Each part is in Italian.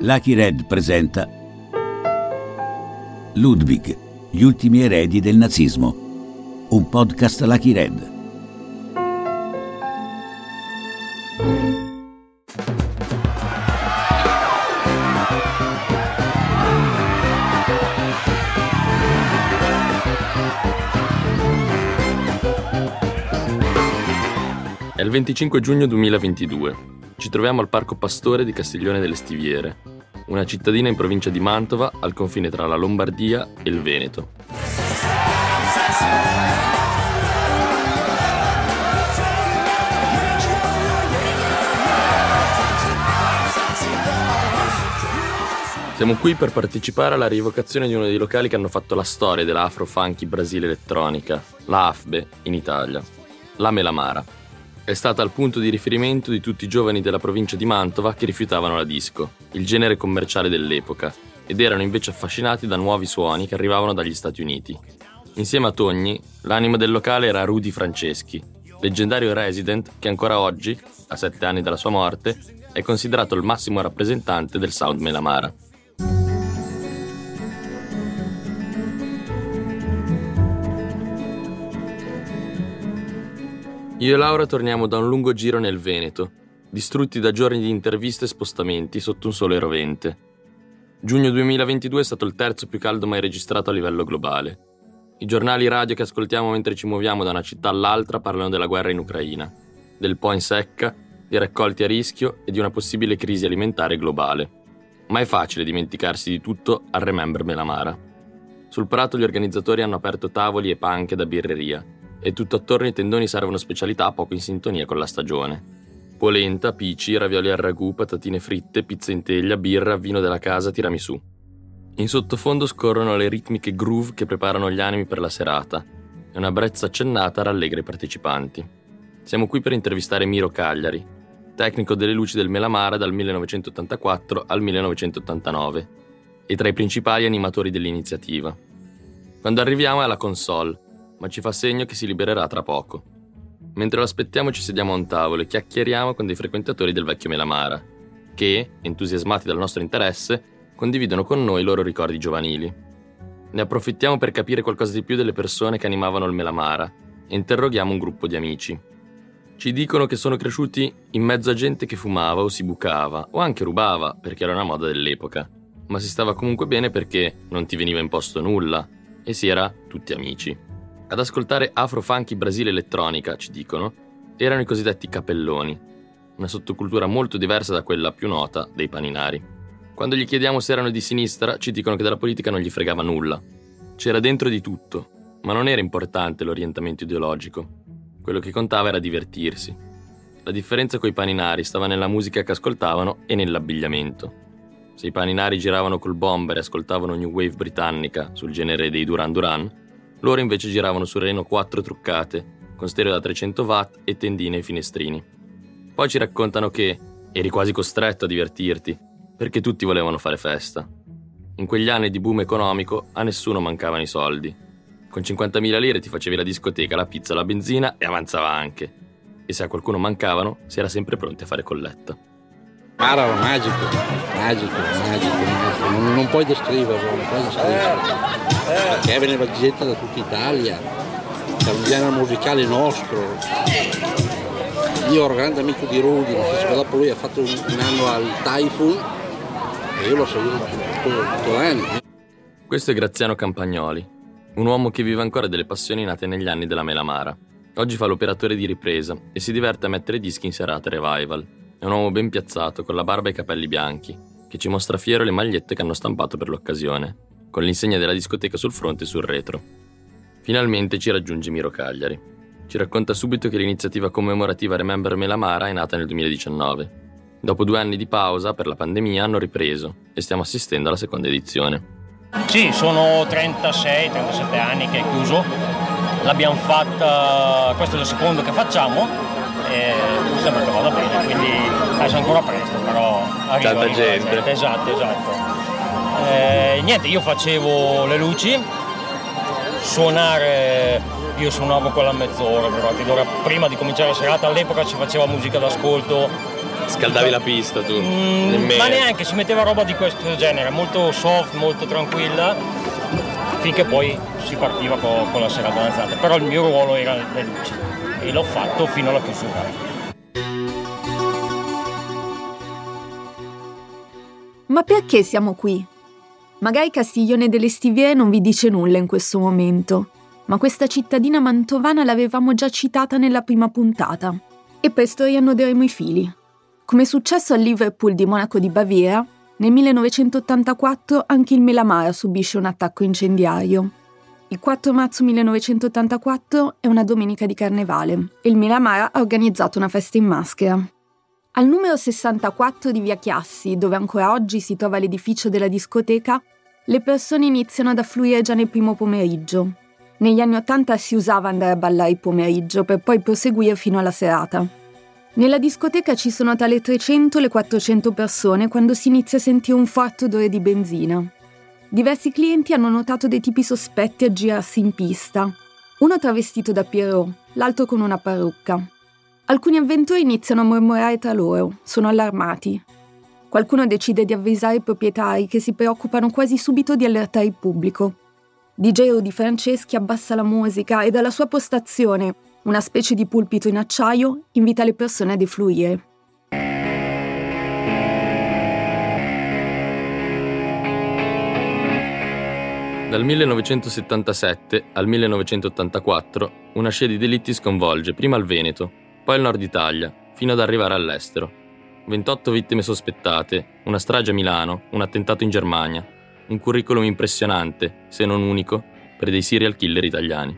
Lucky Red presenta Ludwig, gli ultimi eredi del nazismo, un podcast Lucky Red. È il 25 giugno 2022. Ci troviamo al Parco Pastore di Castiglione delle Stiviere, una cittadina in provincia di Mantova al confine tra la Lombardia e il Veneto. Siamo qui per partecipare alla rievocazione di uno dei locali che hanno fatto la storia della Afro-Funky Brasile elettronica, la AFBE in Italia, la Melamara. È stata il punto di riferimento di tutti i giovani della provincia di Mantova che rifiutavano la disco, il genere commerciale dell'epoca, ed erano invece affascinati da nuovi suoni che arrivavano dagli Stati Uniti. Insieme a Togni, l'anima del locale era Rudy Franceschi, leggendario resident che ancora oggi, a 7 anni dalla sua morte, è considerato il massimo rappresentante del sound Melamara. Io e Laura torniamo da un lungo giro nel Veneto, distrutti da giorni di interviste e spostamenti sotto un sole rovente. Giugno 2022 è stato il terzo più caldo mai registrato a livello globale. I giornali radio che ascoltiamo mentre ci muoviamo da una città all'altra parlano della guerra in Ucraina, del po' in secca, di raccolti a rischio e di una possibile crisi alimentare globale. Ma è facile dimenticarsi di tutto al Remember Melamara. Sul prato gli organizzatori hanno aperto tavoli e panche da birreria, e tutto attorno i tendoni servono specialità poco in sintonia con la stagione. Polenta, pici, ravioli al ragù, patatine fritte, pizza in teglia, birra, vino della casa, tiramisù. In sottofondo scorrono le ritmiche groove che preparano gli animi per la serata e una brezza accennata rallegra i partecipanti. Siamo qui per intervistare Miro Cagliari, tecnico delle luci del Melamara dal 1984 al 1989 e tra i principali animatori dell'iniziativa. Quando arriviamo è alla console, ma ci fa segno che si libererà tra poco. Mentre lo aspettiamo ci sediamo a un tavolo e chiacchieriamo con dei frequentatori del vecchio Melamara, che, entusiasmati dal nostro interesse, condividono con noi i loro ricordi giovanili. Ne approfittiamo per capire qualcosa di più delle persone che animavano il Melamara e interroghiamo un gruppo di amici. Ci dicono che sono cresciuti in mezzo a gente che fumava o si bucava, o anche rubava, perché era una moda dell'epoca, ma si stava comunque bene perché non ti veniva imposto nulla e si era tutti amici. Ad ascoltare Afro-Funky Brasile elettronica, ci dicono, erano i cosiddetti capelloni, una sottocultura molto diversa da quella più nota dei paninari. Quando gli chiediamo se erano di sinistra, ci dicono che della politica non gli fregava nulla. C'era dentro di tutto, ma non era importante l'orientamento ideologico. Quello che contava era divertirsi. La differenza coi paninari stava nella musica che ascoltavano e nell'abbigliamento. Se i paninari giravano col bomber e ascoltavano New Wave britannica sul genere dei Duran Duran, loro invece giravano su Renault 4 truccate, con stereo da 300 watt e tendine ai finestrini. Poi ci raccontano che eri quasi costretto a divertirti, perché tutti volevano fare festa. In quegli anni di boom economico a nessuno mancavano i soldi. Con 50.000 lire ti facevi la discoteca, la pizza, la benzina e avanzava anche. E se a qualcuno mancavano, si era sempre pronti a fare colletta. Era magico. Non puoi descriverlo, perché veniva gente da tutta Italia, era un genere musicale nostro. Io ero grande amico di Rudy, dopo lui ha fatto un anno al Typhoon e io l'ho seguito tutto l'anno. Questo è Graziano Campagnoli, un uomo che vive ancora delle passioni nate negli anni della Melamara. Oggi fa l'operatore di ripresa e si diverte a mettere dischi in serate revival. È un uomo ben piazzato, con la barba e i capelli bianchi, che ci mostra fiero le magliette che hanno stampato per l'occasione, con l'insegna della discoteca sul fronte e sul retro. Finalmente ci raggiunge Miro Cagliari. Ci racconta subito che l'iniziativa commemorativa Remember Melamara è nata nel 2019. Dopo 2 anni di pausa per la pandemia hanno ripreso e stiamo assistendo alla seconda edizione. Sì, sono 36-37 anni che è chiuso. L'abbiamo fatta, questo è il secondo che facciamo. Sembra che vada bene, quindi adesso è ancora presto, però arriva tanta gente. Esatto. Niente, io facevo le luci, suonare, io suonavo quella mezz'ora, prima di cominciare la serata. All'epoca ci faceva musica d'ascolto Scaldavi la pista tu? Ma neanche, si metteva roba di questo genere, molto soft, molto tranquilla, finché poi si partiva con la serata danzante. Però il mio ruolo era le luci e l'ho fatto fino alla chiusura. Ma perché siamo qui? Magari Castiglione delle Stiviere non vi dice nulla in questo momento, ma questa cittadina mantovana l'avevamo già citata nella prima puntata. E presto riannoderemo i fili. Come è successo al Liverpool di Monaco di Baviera, nel 1984 anche il Melamara subisce un attacco incendiario. Il 4 marzo 1984 è una domenica di carnevale e il Melamara ha organizzato una festa in maschera. Al numero 64 di via Chiassi, dove ancora oggi si trova l'edificio della discoteca, le persone iniziano ad affluire già nel primo pomeriggio. Negli anni '80 si usava andare a ballare il pomeriggio per poi proseguire fino alla serata. Nella discoteca ci sono tra le 300 e le 400 persone quando si inizia a sentire un forte odore di benzina. Diversi clienti hanno notato dei tipi sospetti aggirarsi in pista. Uno travestito da Pierrot, l'altro con una parrucca. Alcuni avventori iniziano a mormorare tra loro, sono allarmati. Qualcuno decide di avvisare i proprietari che si preoccupano quasi subito di allertare il pubblico. DJ Rudy Franceschi abbassa la musica e dalla sua postazione, una specie di pulpito in acciaio, invita le persone a defluire. Dal 1977 al 1984 una scia di delitti sconvolge prima il Veneto, poi il nord Italia, fino ad arrivare all'estero. 28 vittime sospettate, una strage a Milano, un attentato in Germania, un curriculum impressionante, se non unico, per dei serial killer italiani.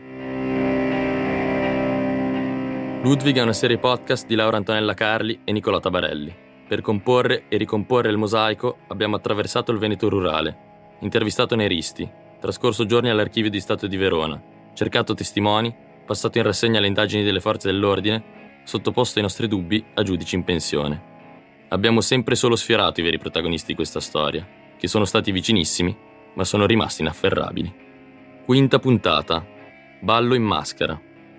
Ludwig è una serie podcast di Laura Antonella Carli e Nicolò Tabarelli. Per comporre e ricomporre il mosaico abbiamo attraversato il Veneto rurale, intervistato neristi, trascorso giorni all'Archivio di Stato di Verona, cercato testimoni, passato in rassegna le indagini delle forze dell'ordine, sottoposto i nostri dubbi a giudici in pensione. Abbiamo sempre solo sfiorato i veri protagonisti di questa storia, che sono stati vicinissimi, ma sono rimasti inafferrabili. Quinta puntata. Ballo in maschera.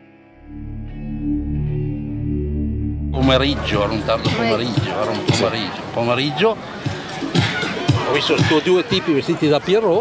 Pomeriggio, era un tardo pomeriggio. Ho visto due tipi vestiti da Pierrot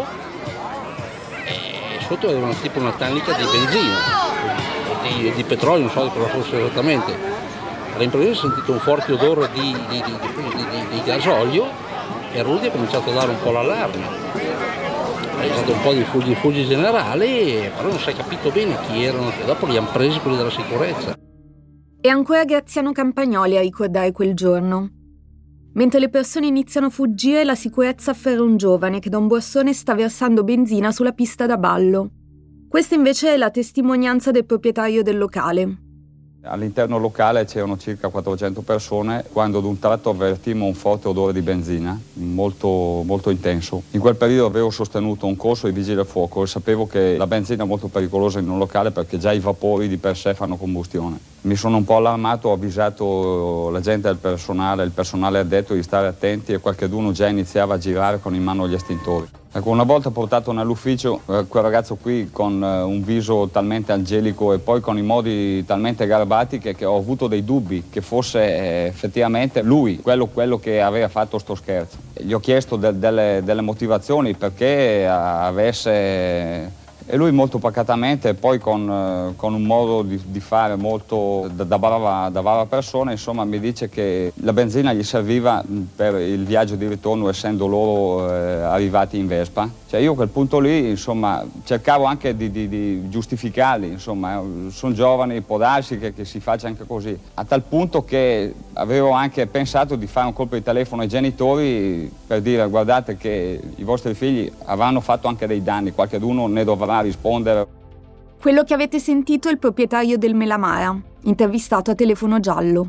e sotto avevano tipo una tannica di benzina, di petrolio, non so cosa fosse esattamente. All'improvviso ho sentito un forte odore di gasolio e Rudy ha cominciato a dare un po' l'allarme. È stato un po' di fuggi generali, però non si è capito bene chi erano, e dopo li hanno presi quelli della sicurezza. È ancora Graziano Campagnoli a ricordare quel giorno. Mentre le persone iniziano a fuggire, la sicurezza afferra un giovane che da un borsone sta versando benzina sulla pista da ballo. Questa invece è la testimonianza del proprietario del locale. All'interno locale c'erano circa 400 persone quando ad un tratto avvertimmo un forte odore di benzina, molto, molto intenso. In quel periodo avevo sostenuto un corso di vigili del fuoco e sapevo che la benzina è molto pericolosa in un locale perché già i vapori di per sé fanno combustione. Mi sono un po' allarmato, ho avvisato la gente del personale, il personale addetto di stare attenti e qualcheduno già iniziava a girare con in mano gli estintori. Ecco, una volta portato nell'ufficio, quel ragazzo qui con un viso talmente angelico e poi con i modi talmente garbati che ho avuto dei dubbi che fosse effettivamente lui, quello che aveva fatto sto scherzo. Gli ho chiesto delle motivazioni perché avesse... E lui molto pacatamente, poi con un modo di fare molto da brava persona, insomma, mi dice che la benzina gli serviva per il viaggio di ritorno, essendo loro arrivati in Vespa. Cioè io a quel punto lì, insomma, cercavo anche di giustificarli, insomma, sono giovani, può darsi che si faccia anche così. A tal punto che avevo anche pensato di fare un colpo di telefono ai genitori per dire: guardate che i vostri figli avranno fatto anche dei danni, qualcheduno ne dovrà rispondere. Quello che avete sentito è il proprietario del Melamara, intervistato a telefono giallo.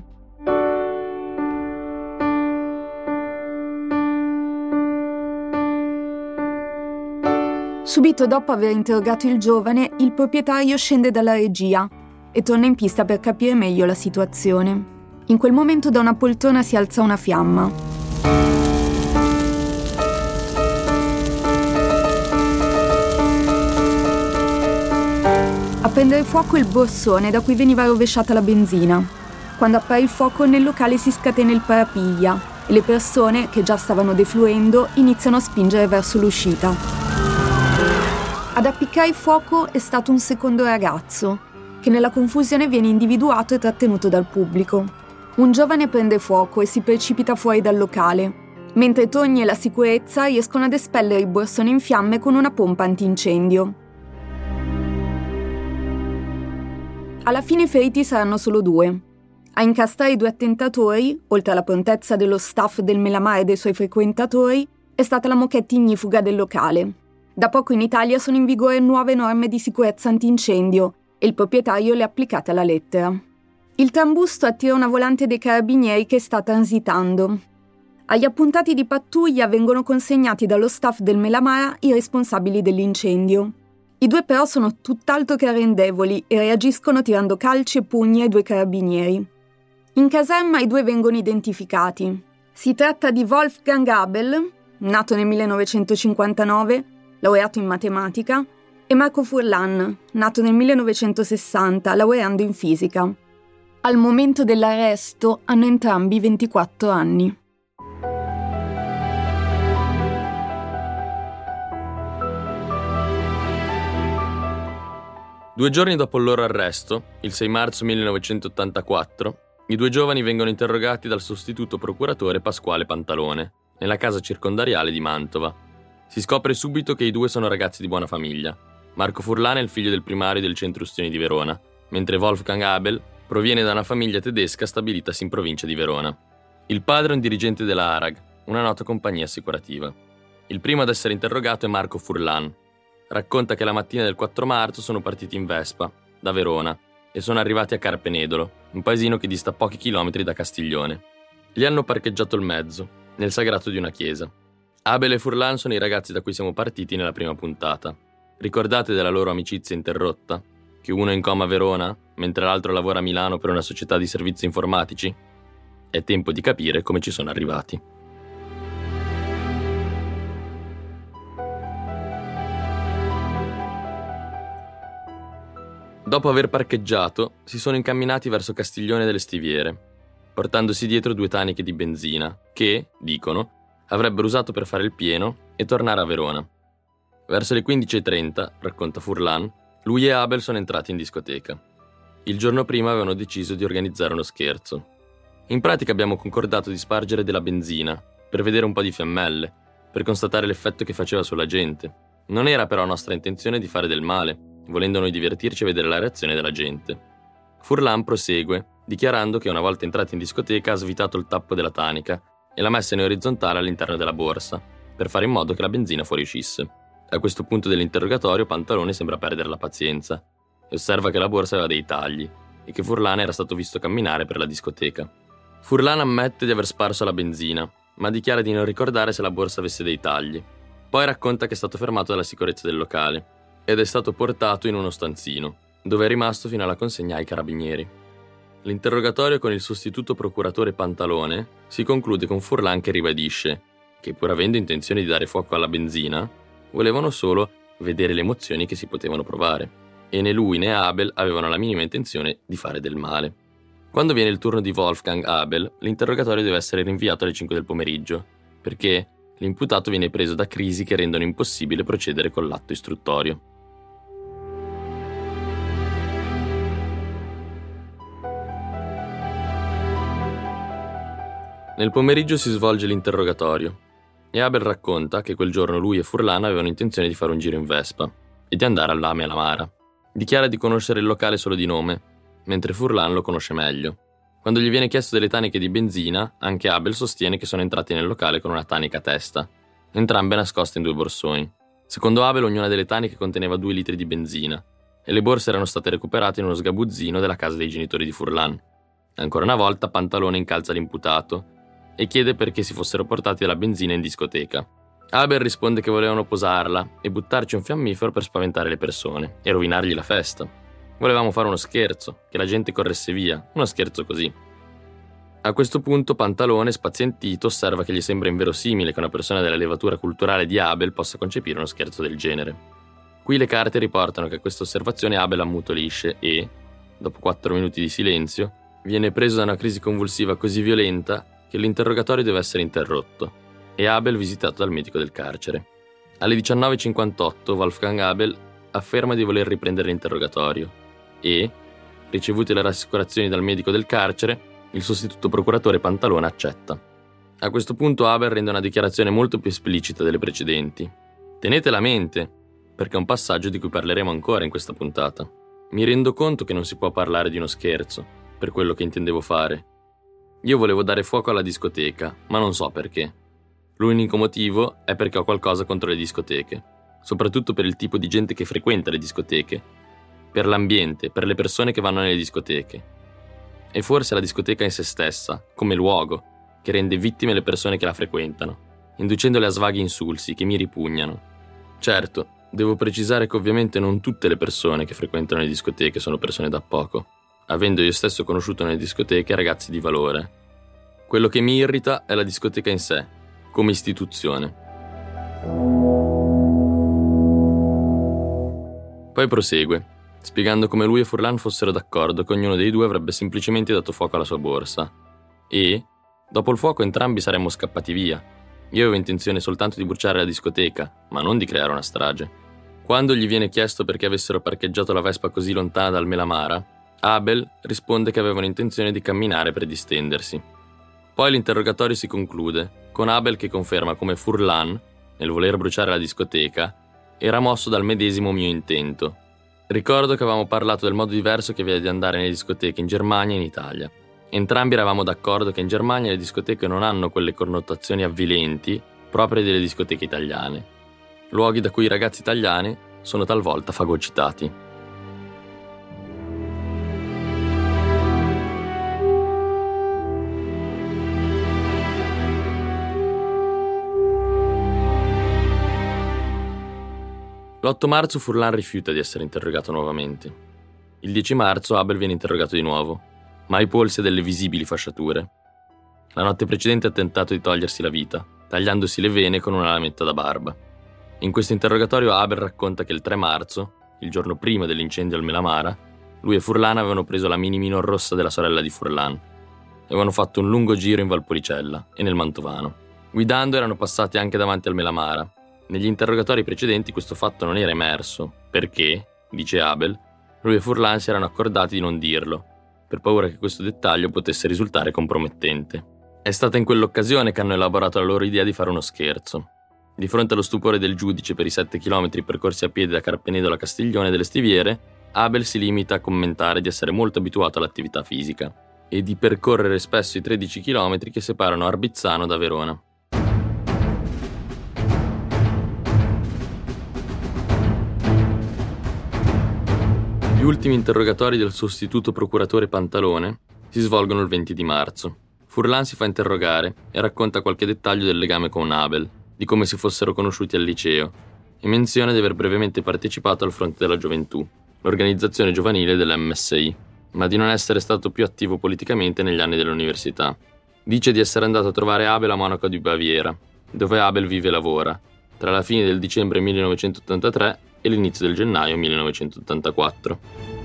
Subito dopo aver interrogato il giovane, il proprietario scende dalla regia e torna in pista per capire meglio la situazione. In quel momento da una poltrona si alza una fiamma. A prendere fuoco il borsone da cui veniva rovesciata la benzina. Quando appare il fuoco, nel locale si scatena il parapiglia e le persone, che già stavano defluendo, iniziano a spingere verso l'uscita. Ad appiccare il fuoco è stato un secondo ragazzo, che nella confusione viene individuato e trattenuto dal pubblico. Un giovane prende fuoco e si precipita fuori dal locale, mentre Togni e la sicurezza riescono ad espellere il borsone in fiamme con una pompa antincendio. Alla fine i feriti saranno solo 2. A incastrare i 2 attentatori, oltre alla prontezza dello staff del Melamar e dei suoi frequentatori, è stata la moquette ignifuga del locale. Da poco in Italia sono in vigore nuove norme di sicurezza antincendio e il proprietario le ha applicate alla lettera. Il trambusto attira una volante dei carabinieri che sta transitando. Agli appuntati di pattuglia vengono consegnati dallo staff del Melamar i responsabili dell'incendio. I 2 però sono tutt'altro che arrendevoli e reagiscono tirando calci e pugni ai 2 carabinieri. In caserma i 2 vengono identificati. Si tratta di Wolfgang Abel, nato nel 1959, laureato in matematica, e Marco Furlan, nato nel 1960, laureando in fisica. Al momento dell'arresto hanno entrambi 24 anni. Due giorni dopo il loro arresto, il 6 marzo 1984, i 2 giovani vengono interrogati dal sostituto procuratore Pasquale Pantalone, nella casa circondariale di Mantova. Si scopre subito che i 2 sono ragazzi di buona famiglia. Marco Furlan è il figlio del primario del Centro Ustioni di Verona, mentre Wolfgang Abel proviene da una famiglia tedesca stabilitasi in provincia di Verona. Il padre è un dirigente della ARAG, una nota compagnia assicurativa. Il primo ad essere interrogato è Marco Furlan. Racconta che la mattina del 4 marzo sono partiti in Vespa, da Verona, e sono arrivati a Carpenedolo, un paesino che dista pochi chilometri da Castiglione. Gli hanno parcheggiato il mezzo, nel sagrato di una chiesa. Abel e Furlan sono i ragazzi da cui siamo partiti nella prima puntata. Ricordate della loro amicizia interrotta? Che uno è in coma a Verona, mentre l'altro lavora a Milano per una società di servizi informatici? È tempo di capire come ci sono arrivati. Dopo aver parcheggiato, si sono incamminati verso Castiglione delle Stiviere, portandosi dietro 2 taniche di benzina che, dicono, avrebbero usato per fare il pieno e tornare a Verona. Verso le 15:30, racconta Furlan, lui e Abel sono entrati in discoteca. Il giorno prima avevano deciso di organizzare uno scherzo. In pratica abbiamo concordato di spargere della benzina, per vedere un po' di fiammelle, per constatare l'effetto che faceva sulla gente. Non era però nostra intenzione di fare del male, volendo noi divertirci e vedere la reazione della gente. Furlan prosegue, dichiarando che una volta entrati in discoteca ha svitato il tappo della tanica e l'ha messa in orizzontale all'interno della borsa, per fare in modo che la benzina fuoriuscisse. A questo punto dell'interrogatorio Pantalone sembra perdere la pazienza e osserva che la borsa aveva dei tagli e che Furlan era stato visto camminare per la discoteca. Furlan ammette di aver sparso la benzina, ma dichiara di non ricordare se la borsa avesse dei tagli. Poi racconta che è stato fermato dalla sicurezza del locale ed è stato portato in uno stanzino, dove è rimasto fino alla consegna ai carabinieri. L'interrogatorio con il sostituto procuratore Pantalone si conclude con Furlan che ribadisce che, pur avendo intenzione di dare fuoco alla benzina, volevano solo vedere le emozioni che si potevano provare, e né lui né Abel avevano la minima intenzione di fare del male. Quando viene il turno di Wolfgang Abel, l'interrogatorio deve essere rinviato alle 5 del pomeriggio, perché l'imputato viene preso da crisi che rendono impossibile procedere con l'atto istruttorio. Nel pomeriggio si svolge l'interrogatorio e Abel racconta che quel giorno lui e Furlan avevano intenzione di fare un giro in Vespa e di andare all'Ame alla Mara. Dichiara di conoscere il locale solo di nome, mentre Furlan lo conosce meglio. Quando gli viene chiesto delle taniche di benzina, anche Abel sostiene che sono entrati nel locale con una tanica a testa, entrambe nascoste in 2 borsoni. Secondo Abel, ognuna delle taniche conteneva 2 litri di benzina e le borse erano state recuperate in uno sgabuzzino della casa dei genitori di Furlan. Ancora una volta Pantalone incalza l'imputato e chiede perché si fossero portati della benzina in discoteca. Abel risponde che volevano posarla e buttarci un fiammifero per spaventare le persone e rovinargli la festa. Volevamo fare uno scherzo, che la gente corresse via, uno scherzo così. A questo punto Pantalone, spazientito, osserva che gli sembra inverosimile che una persona della levatura culturale di Abel possa concepire uno scherzo del genere. Qui le carte riportano che a questa osservazione Abel ammutolisce e, dopo 4 minuti di silenzio, Viene preso da una crisi convulsiva così violenta che l'interrogatorio deve essere interrotto e Abel visitato dal medico del carcere. Alle 19:58 Wolfgang Abel afferma di voler riprendere l'interrogatorio e, ricevute le rassicurazioni dal medico del carcere, il sostituto procuratore Pantalone accetta. A questo punto Abel rende una dichiarazione molto più esplicita delle precedenti. Tenetela a mente, perché è un passaggio di cui parleremo ancora in questa puntata. Mi rendo conto che non si può parlare di uno scherzo, per quello che intendevo fare. Io volevo dare fuoco alla discoteca, ma non so perché. L'unico motivo è perché ho qualcosa contro le discoteche, soprattutto per il tipo di gente che frequenta le discoteche, per l'ambiente, per le persone che vanno nelle discoteche. E forse la discoteca in se stessa, come luogo, che rende vittime le persone che la frequentano, inducendole a svaghi insulsi che mi ripugnano. Certo, devo precisare che ovviamente non tutte le persone che frequentano le discoteche sono persone da poco, avendo io stesso conosciuto nelle discoteche ragazzi di valore. Quello che mi irrita è la discoteca in sé, come istituzione. Poi prosegue, spiegando come lui e Furlan fossero d'accordo che ognuno dei due avrebbe semplicemente dato fuoco alla sua borsa. E, dopo il fuoco, entrambi saremmo scappati via. Io avevo intenzione soltanto di bruciare la discoteca, ma non di creare una strage. Quando gli viene chiesto perché avessero parcheggiato la Vespa così lontana dal Melamara, Abel risponde che avevano intenzione di camminare per distendersi. Poi l'interrogatorio si conclude, con Abel che conferma come Furlan, nel voler bruciare la discoteca, era mosso dal medesimo mio intento. Ricordo che avevamo parlato del modo diverso che aveva di andare nelle discoteche in Germania e in Italia. Entrambi eravamo d'accordo che in Germania le discoteche non hanno quelle connotazioni avvilenti proprie delle discoteche italiane, luoghi da cui i ragazzi italiani sono talvolta fagocitati. L'8 marzo Furlan rifiuta di essere interrogato nuovamente. Il 10 marzo Abel viene interrogato di nuovo, ma ai polsi ha delle visibili fasciature. La notte precedente ha tentato di togliersi la vita, tagliandosi le vene con una lametta da barba. In questo interrogatorio Abel racconta che il 3 marzo, il giorno prima dell'incendio al Melamara, lui e Furlan avevano preso la mini Minor rossa della sorella di Furlan. Avevano fatto un lungo giro in Valpolicella e nel Mantovano. Guidando erano passati anche davanti al Melamara. Negli interrogatori precedenti questo fatto non era emerso, perché, dice Abel, lui e Furlan si erano accordati di non dirlo, per paura che questo dettaglio potesse risultare compromettente. È stata in quell'occasione che hanno elaborato la loro idea di fare uno scherzo. Di fronte allo stupore del giudice per i 7 chilometri percorsi a piedi da Carpenedo alla Castiglione delle Stiviere, Abel si limita a commentare di essere molto abituato all'attività fisica e di percorrere spesso i 13 chilometri che separano Arbizzano da Verona. Gli ultimi interrogatori del sostituto procuratore Pantalone si svolgono il 20 di marzo. Furlan si fa interrogare e racconta qualche dettaglio del legame con Abel, di come si fossero conosciuti al liceo, e menziona di aver brevemente partecipato al Fronte della Gioventù, l'organizzazione giovanile dell'MSI, ma di non essere stato più attivo politicamente negli anni dell'università. Dice di essere andato a trovare Abel a Monaco di Baviera, dove Abel vive e lavora, tra la fine del dicembre 1983 e l'inizio del gennaio 1984.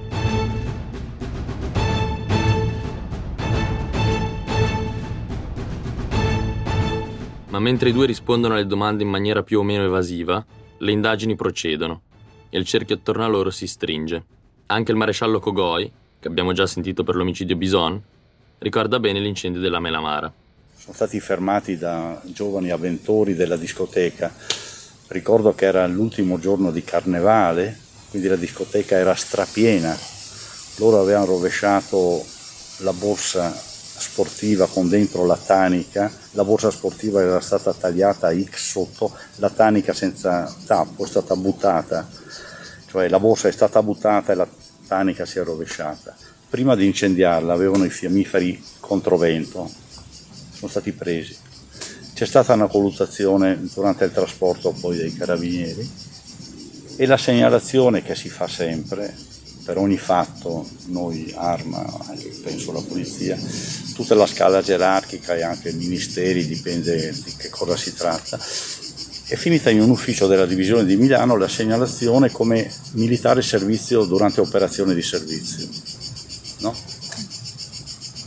Ma mentre i due rispondono alle domande in maniera più o meno evasiva, le indagini procedono e il cerchio attorno a loro si stringe. Anche il maresciallo Cogoi, che abbiamo già sentito per l'omicidio Bison, ricorda bene l'incendio della Melamara. Sono stati fermati da giovani avventori della discoteca. Ricordo che era l'ultimo giorno di carnevale, quindi la discoteca era strapiena. Loro avevano rovesciato la borsa sportiva con dentro la tanica. La borsa sportiva era stata tagliata a X sotto, la tanica senza tappo è stata buttata, cioè la borsa è stata buttata e la tanica si è rovesciata. Prima di incendiarla avevano i fiammiferi controvento, sono stati presi. C'è stata una colluttazione durante il trasporto poi dei carabinieri e la segnalazione che si fa sempre per ogni fatto, noi Arma, penso la polizia, tutta la scala gerarchica e anche i ministeri, dipende di che cosa si tratta, è finita in un ufficio della divisione di Milano la segnalazione come militare servizio durante operazioni di servizio, no?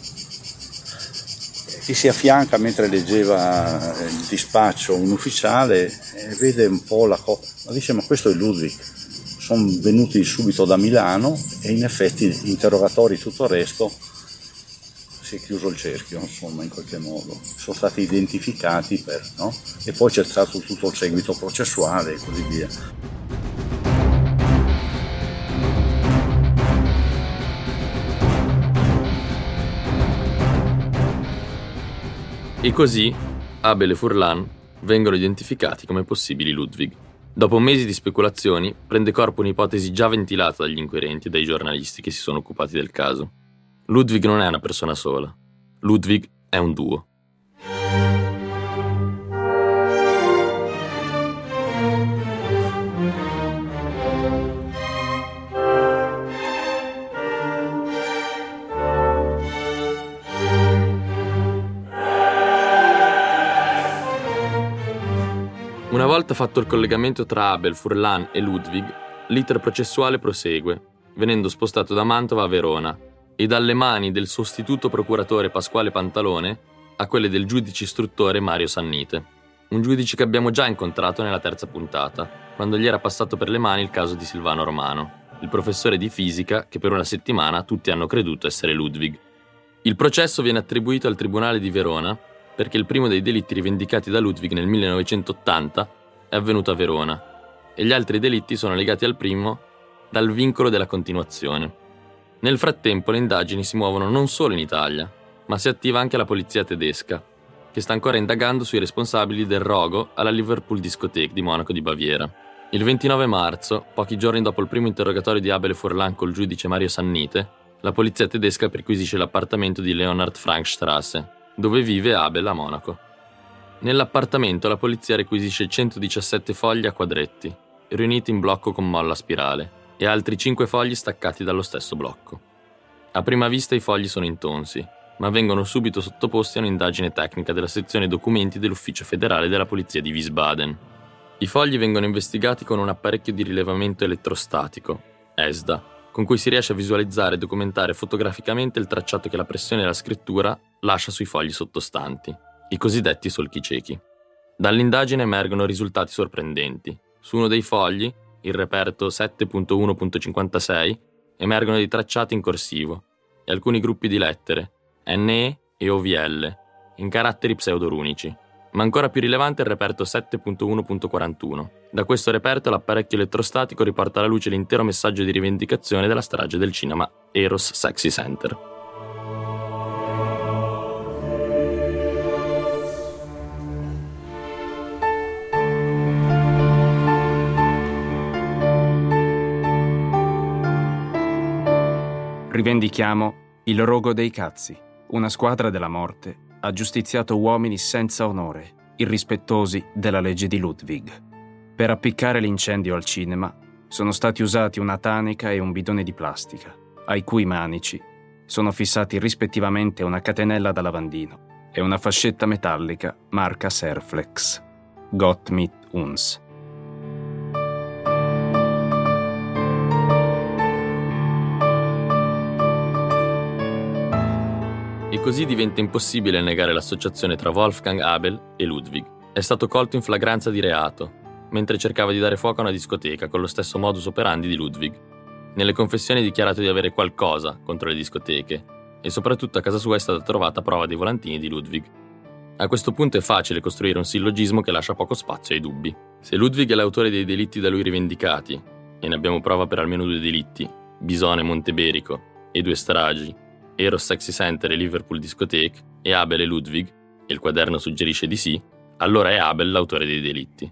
Ci si affianca mentre leggeva il dispaccio un ufficiale e vede un po' la cosa, dice: ma questo è Ludwig. Sono venuti subito da Milano e in effetti interrogatori, tutto il resto, si è chiuso il cerchio, insomma, in qualche modo. Sono stati identificati no? E poi c'è stato tutto il seguito processuale e così via. E così Abel e Furlan vengono identificati come possibili Ludwig. Dopo mesi di speculazioni, prende corpo un'ipotesi già ventilata dagli inquirenti e dai giornalisti che si sono occupati del caso. Ludwig non è una persona sola. Ludwig è un duo. Una volta fatto il collegamento tra Abel, Furlan e Ludwig, l'iter processuale prosegue, venendo spostato da Mantova a Verona e dalle mani del sostituto procuratore Pasquale Pantalone a quelle del giudice istruttore Mario Sannite, un giudice che abbiamo già incontrato nella terza puntata, quando gli era passato per le mani il caso di Silvano Romano, il professore di fisica che per una settimana tutti hanno creduto essere Ludwig. Il processo viene attribuito al Tribunale di Verona perché il primo dei delitti rivendicati da Ludwig nel 1980 è avvenuto a Verona e gli altri delitti sono legati al primo dal vincolo della continuazione. Nel frattempo le indagini si muovono non solo in Italia, ma si attiva anche la polizia tedesca, che sta ancora indagando sui responsabili del rogo alla Liverpool Discotheque di Monaco di Baviera. Il 29 marzo, pochi giorni dopo il primo interrogatorio di Abel e Furlan col giudice Mario Sannite, la polizia tedesca perquisisce l'appartamento di Leonhard Frankstraße, dove vive Abel a Monaco. Nell'appartamento la polizia requisisce 117 fogli a quadretti, riuniti in blocco con molla a spirale, e altri 5 fogli staccati dallo stesso blocco. A prima vista i fogli sono intonsi, ma vengono subito sottoposti a un'indagine tecnica della sezione documenti dell'Ufficio federale della polizia di Wiesbaden. I fogli vengono investigati con un apparecchio di rilevamento elettrostatico, ESDA, con cui si riesce a visualizzare e documentare fotograficamente il tracciato che la pressione della scrittura lascia sui fogli sottostanti, i cosiddetti solchi ciechi. Dall'indagine emergono risultati sorprendenti. Su uno dei fogli, il reperto 7.1.56, emergono dei tracciati in corsivo e alcuni gruppi di lettere, NE e OVL, in caratteri pseudorunici. Ma ancora più rilevante è il reperto 7.1.41. Da questo reperto l'apparecchio elettrostatico riporta alla luce l'intero messaggio di rivendicazione della strage del cinema Eros Sexy Center. Rivendichiamo il rogo dei cazzi. Una squadra della morte ha giustiziato uomini senza onore, irrispettosi della legge di Ludwig. Per appiccare l'incendio al cinema sono stati usati una tanica e un bidone di plastica, ai cui manici sono fissati rispettivamente una catenella da lavandino e una fascetta metallica marca Serflex. Gott mit uns. E così diventa impossibile negare l'associazione tra Wolfgang Abel e Ludwig. È stato colto in flagranza di reato, mentre cercava di dare fuoco a una discoteca con lo stesso modus operandi di Ludwig. Nelle confessioni ha dichiarato di avere qualcosa contro le discoteche e soprattutto a casa sua è stata trovata prova dei volantini di Ludwig. A questo punto è facile costruire un sillogismo che lascia poco spazio ai dubbi. Se Ludwig è l'autore dei delitti da lui rivendicati, e ne abbiamo prova per almeno 2 delitti, Bisone e Monteberico, e 2 stragi, Eros Sexy Center e Liverpool Discotheque, e Abel e Ludwig, e il quaderno suggerisce di sì, allora è Abel l'autore dei delitti.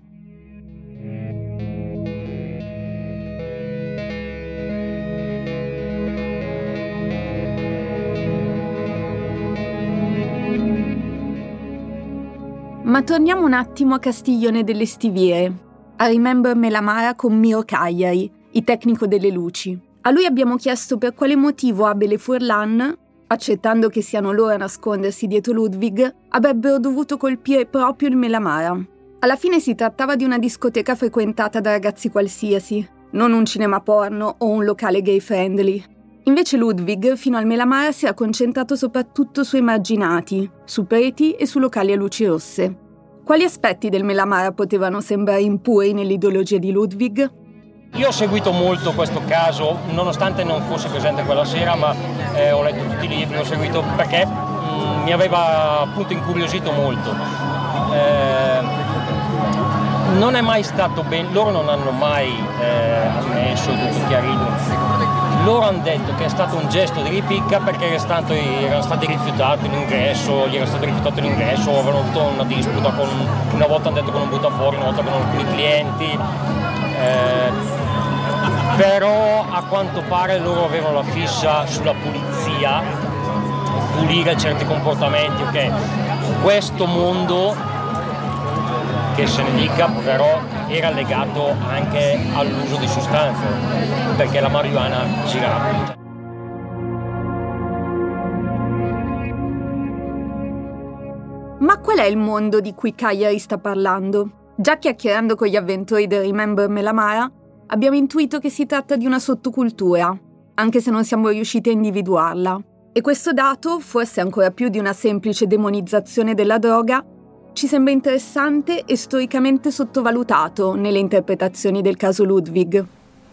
Ma torniamo un attimo a Castiglione delle Stiviere, a Remember Melamara con Miro Cagliari, il tecnico delle luci. A lui abbiamo chiesto per quale motivo Abel e Furlan, accettando che siano loro a nascondersi dietro Ludwig, avrebbero dovuto colpire proprio il Melamara. Alla fine si trattava di una discoteca frequentata da ragazzi qualsiasi, non un cinema porno o un locale gay friendly. Invece Ludwig, fino al Melamara, si era concentrato soprattutto su emarginati, su preti e su locali a luci rosse. Quali aspetti del Melamara potevano sembrare impuri nell'ideologia di Ludwig? Io ho seguito molto questo caso, nonostante non fosse presente quella sera, ma ho letto tutti i libri, ho seguito perché mi aveva appunto incuriosito molto. Non è mai stato bene, loro non hanno mai ammesso, tutto chiarito. Loro hanno detto che è stato un gesto di ripicca perché erano stati rifiutati l'ingresso, gli era stato rifiutato l'ingresso, avevano avuto una disputa una volta hanno detto con un buttafuori, una volta con alcuni clienti. Però a quanto pare loro avevano la fissa sulla pulizia, pulire certi comportamenti, ok? Questo mondo, che se ne dica, però era legato anche all'uso di sostanze, perché la marijuana girava. Ma qual è il mondo di cui Cagliari sta parlando? Già chiacchierando con gli avventori del Remember Melamara, abbiamo intuito che si tratta di una sottocultura, anche se non siamo riusciti a individuarla. E questo dato, forse ancora più di una semplice demonizzazione della droga, ci sembra interessante e storicamente sottovalutato nelle interpretazioni del caso Ludwig.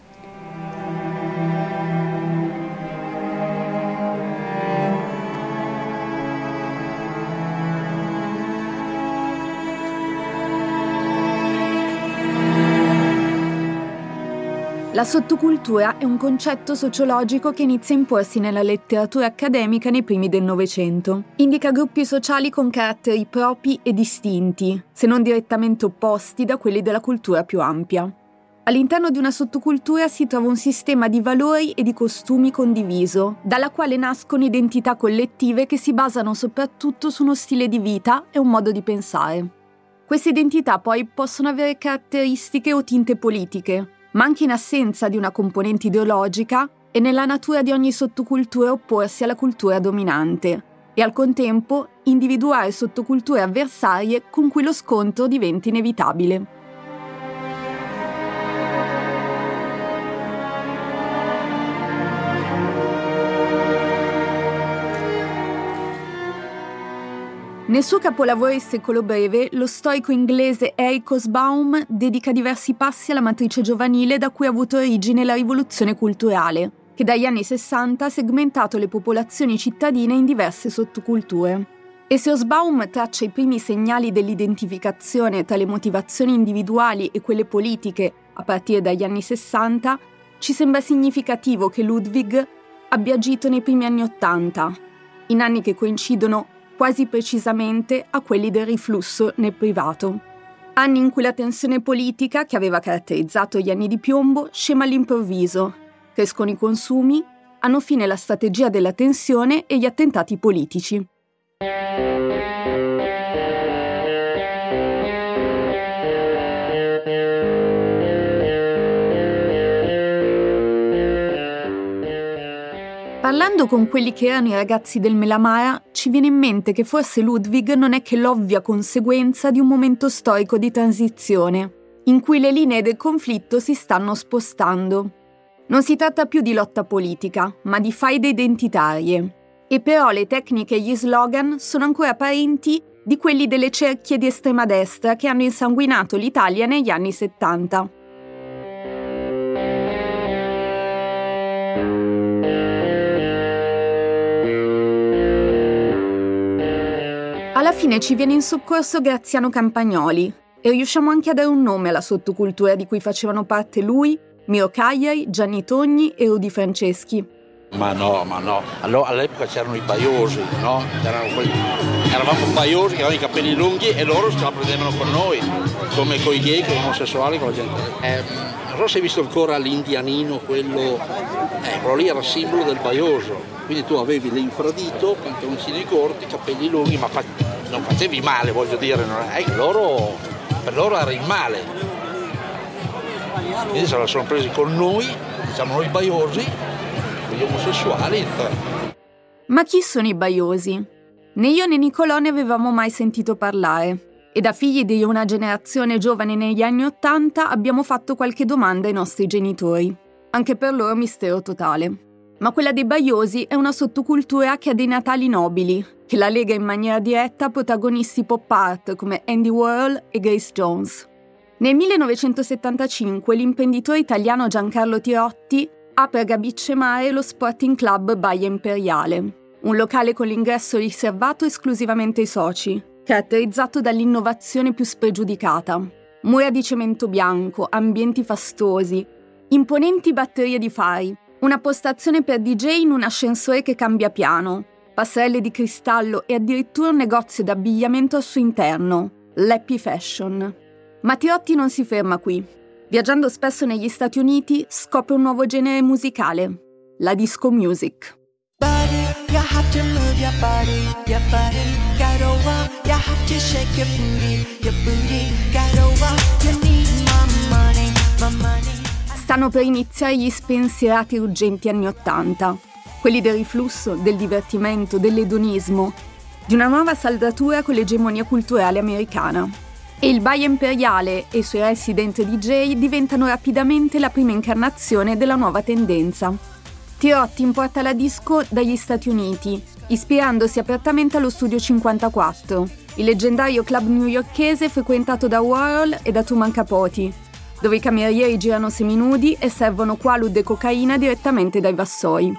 La sottocultura è un concetto sociologico che inizia a imporsi nella letteratura accademica nei primi del Novecento. Indica gruppi sociali con caratteri propri e distinti, se non direttamente opposti da quelli della cultura più ampia. All'interno di una sottocultura si trova un sistema di valori e di costumi condiviso, dalla quale nascono identità collettive che si basano soprattutto su uno stile di vita e un modo di pensare. Queste identità poi possono avere caratteristiche o tinte politiche, ma anche in assenza di una componente ideologica, è nella natura di ogni sottocultura opporsi alla cultura dominante e al contempo individuare sottoculture avversarie con cui lo scontro diventa inevitabile. Nel suo capolavoro Il secolo breve, lo storico inglese Eric Hobsbawm dedica diversi passi alla matrice giovanile da cui ha avuto origine la rivoluzione culturale, che dagli anni 60 ha segmentato le popolazioni cittadine in diverse sottoculture. E se Hobsbawm traccia i primi segnali dell'identificazione tra le motivazioni individuali e quelle politiche a partire dagli anni 60, ci sembra significativo che Ludwig abbia agito nei primi anni 80, in anni che coincidono quasi precisamente a quelli del riflusso nel privato. Anni in cui la tensione politica, che aveva caratterizzato gli anni di piombo, scema all'improvviso, crescono i consumi, hanno fine la strategia della tensione e gli attentati politici. Parlando con quelli che erano i ragazzi del Melamara, ci viene in mente che forse Ludwig non è che l'ovvia conseguenza di un momento storico di transizione, in cui le linee del conflitto si stanno spostando. Non si tratta più di lotta politica, ma di faide identitarie. E però le tecniche e gli slogan sono ancora parenti di quelli delle cerchie di estrema destra che hanno insanguinato l'Italia negli anni 70. Alla fine ci viene in soccorso Graziano Campagnoli e riusciamo anche a dare un nome alla sottocultura di cui facevano parte lui, Miro Cagliari, Gianni Togni e Rudy Franceschi. Ma no. Allora, all'epoca c'erano i baiosi, no? Eravamo baiosi che avevano i capelli lunghi e loro se la prendevano con noi, come con i gay, con gli omosessuali, con la gente. Non so se hai visto ancora l'indianino, quello lì era simbolo del baioso. Quindi tu avevi l'infradito, pantaloncini corti, capelli lunghi, ma non facevi male, voglio dire, per loro era il male. Quindi se la sono presi con noi, diciamo noi baiosi, con gli omosessuali. Ma chi sono i baiosi? Né io né Nicolò ne avevamo mai sentito parlare. E da figli di una generazione giovane negli anni '80 abbiamo fatto qualche domanda ai nostri genitori. Anche per loro mistero totale. Ma quella dei Baiosi è una sottocultura che ha dei natali nobili, che la lega in maniera diretta a protagonisti pop art come Andy Warhol e Grace Jones. Nel 1975 l'imprenditore italiano Giancarlo Tirotti apre a Gabicce Mare lo Sporting Club Baia Imperiale, un locale con l'ingresso riservato esclusivamente ai soci, caratterizzato dall'innovazione più spregiudicata. Mura di cemento bianco, ambienti fastosi, imponenti batterie di fari, una postazione per DJ in un ascensore che cambia piano, passerelle di cristallo e addirittura un negozio d'abbigliamento al suo interno, l'Happy Fashion. Ma Tirotti non si ferma qui. Viaggiando spesso negli Stati Uniti, scopre un nuovo genere musicale, la disco music. Stanno per iniziare gli spensierati e urgenti anni '80, quelli del riflusso, del divertimento, dell'edonismo, di una nuova saldatura con l'egemonia culturale americana. E il Baia Imperiale e i suoi resident DJ diventano rapidamente la prima incarnazione della nuova tendenza. Tirotti importa la disco dagli Stati Uniti, ispirandosi apertamente allo Studio 54, il leggendario club newyorkese frequentato da Warhol e da Truman Capote, dove i camerieri girano seminudi e servono qualud e cocaina direttamente dai vassoi.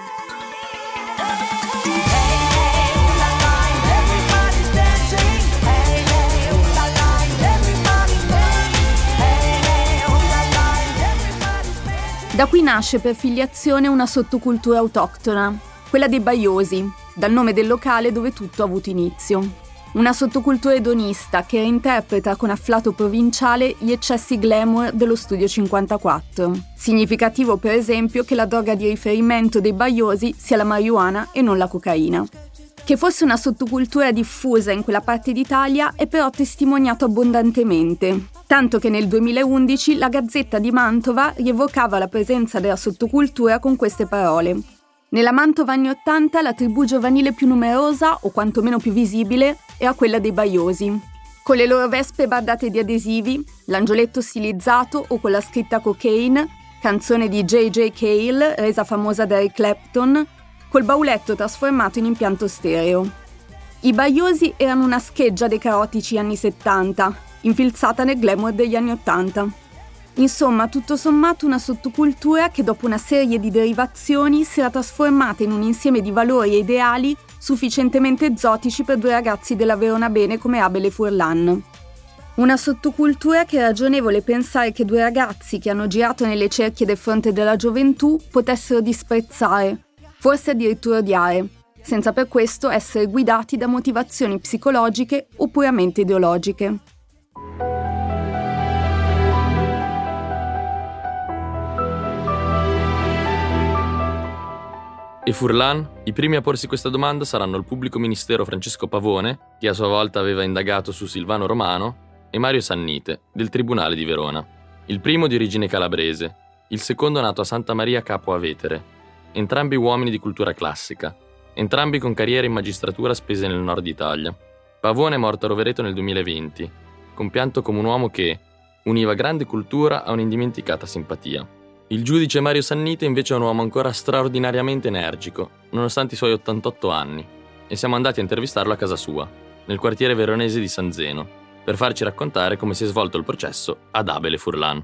Da qui nasce per filiazione una sottocultura autoctona, quella dei Baiosi, dal nome del locale dove tutto ha avuto inizio. Una sottocultura edonista che reinterpreta con afflato provinciale gli eccessi glamour dello Studio 54. Significativo, per esempio, che la droga di riferimento dei Baiosi sia la marijuana e non la cocaina. Che fosse una sottocultura diffusa in quella parte d'Italia è però testimoniato abbondantemente, tanto che nel 2011 la Gazzetta di Mantova rievocava la presenza della sottocultura con queste parole. Nella Mantova anni '80 la tribù giovanile più numerosa, o quantomeno più visibile, era quella dei Baiosi. Con le loro vespe bardate di adesivi, l'angioletto stilizzato o con la scritta Cocaine, canzone di J.J. Cale, resa famosa da Eric Clapton, col bauletto trasformato in impianto stereo. I Baiosi erano una scheggia dei caotici anni '70, infilzata nel glamour degli anni '80. Insomma, tutto sommato una sottocultura che dopo una serie di derivazioni si era trasformata in un insieme di valori e ideali sufficientemente esotici per due ragazzi della Verona Bene come Abel e Furlan. Una sottocultura che è ragionevole pensare che due ragazzi che hanno girato nelle cerchie del fronte della gioventù potessero disprezzare, forse addirittura odiare, senza per questo essere guidati da motivazioni psicologiche o puramente ideologiche. E Furlan? I primi a porsi questa domanda saranno il pubblico ministero Francesco Pavone, che a sua volta aveva indagato su Silvano Romano, e Mario Sannite, del Tribunale di Verona. Il primo di origine calabrese, il secondo nato a Santa Maria Capua a Vetere, entrambi uomini di cultura classica, entrambi con carriere in magistratura spese nel nord Italia. Pavone è morto a Rovereto nel 2020, compianto come un uomo che univa grande cultura a un'indimenticata simpatia. Il giudice Mario Sannite invece è un uomo ancora straordinariamente energico, nonostante i suoi 88 anni, e siamo andati a intervistarlo a casa sua, nel quartiere veronese di San Zeno, per farci raccontare come si è svolto il processo ad Abel e Furlan.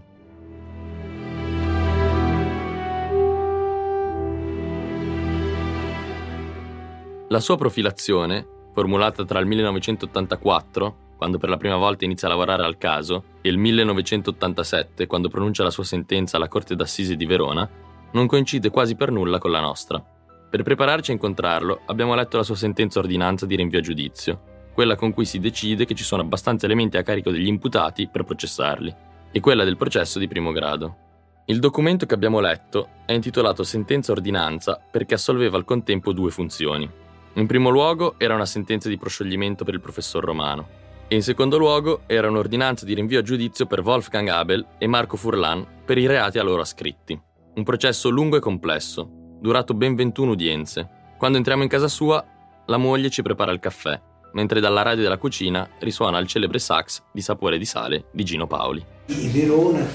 La sua profilazione, formulata tra il 1984, quando per la prima volta inizia a lavorare al caso, e il 1987, quando pronuncia la sua sentenza alla Corte d'Assise di Verona, non coincide quasi per nulla con la nostra. Per prepararci a incontrarlo, abbiamo letto la sua sentenza ordinanza di rinvio a giudizio, quella con cui si decide che ci sono abbastanza elementi a carico degli imputati per processarli, e quella del processo di primo grado. Il documento che abbiamo letto è intitolato Sentenza ordinanza perché assolveva al contempo due funzioni. In primo luogo era una sentenza di proscioglimento per il professor Romano, e in secondo luogo era un'ordinanza di rinvio a giudizio per Wolfgang Abel e Marco Furlan per i reati a loro ascritti. Un processo lungo e complesso, durato ben 21 udienze. Quando entriamo in casa sua, la moglie ci prepara il caffè, mentre dalla radio della cucina risuona il celebre sax di Sapore di sale di Gino Paoli. Verona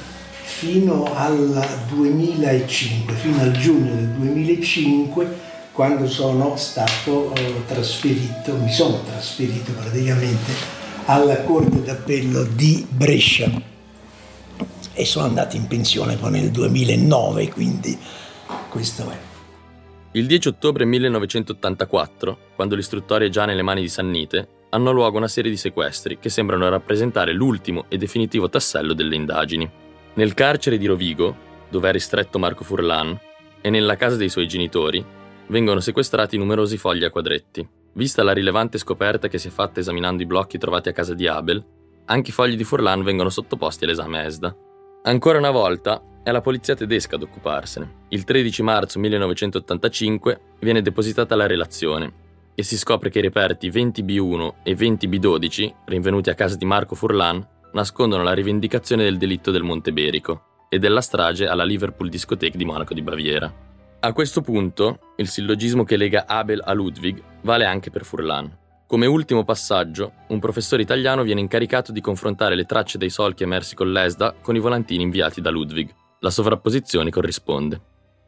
fino al 2005, fino al giugno del 2005, quando sono stato mi sono trasferito praticamente alla Corte d'Appello di Brescia e sono andato in pensione poi nel 2009, quindi questo è. Il 10 ottobre 1984, quando l'istruttoria è già nelle mani di Sannite, hanno luogo una serie di sequestri che sembrano rappresentare l'ultimo e definitivo tassello delle indagini. Nel carcere di Rovigo, dove è ristretto Marco Furlan, e nella casa dei suoi genitori, vengono sequestrati numerosi fogli a quadretti. Vista la rilevante scoperta che si è fatta esaminando i blocchi trovati a casa di Abel, anche i fogli di Furlan vengono sottoposti all'esame ESDA. Ancora una volta è la polizia tedesca ad occuparsene. Il 13 marzo 1985 viene depositata la relazione e si scopre che i reperti 20B1 e 20B12, rinvenuti a casa di Marco Furlan, nascondono la rivendicazione del delitto del Monte Berico e della strage alla Liverpool Discotheque di Monaco di Baviera. A questo punto, il sillogismo che lega Abel a Ludwig vale anche per Furlan. Come ultimo passaggio, un professore italiano viene incaricato di confrontare le tracce dei solchi emersi con l'ESDA con i volantini inviati da Ludwig. La sovrapposizione corrisponde.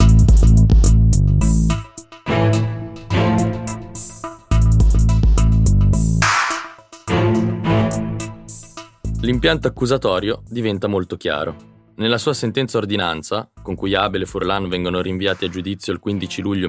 L'impianto accusatorio diventa molto chiaro. Nella sua sentenza ordinanza, con cui Abel e Furlan vengono rinviati a giudizio il 15 luglio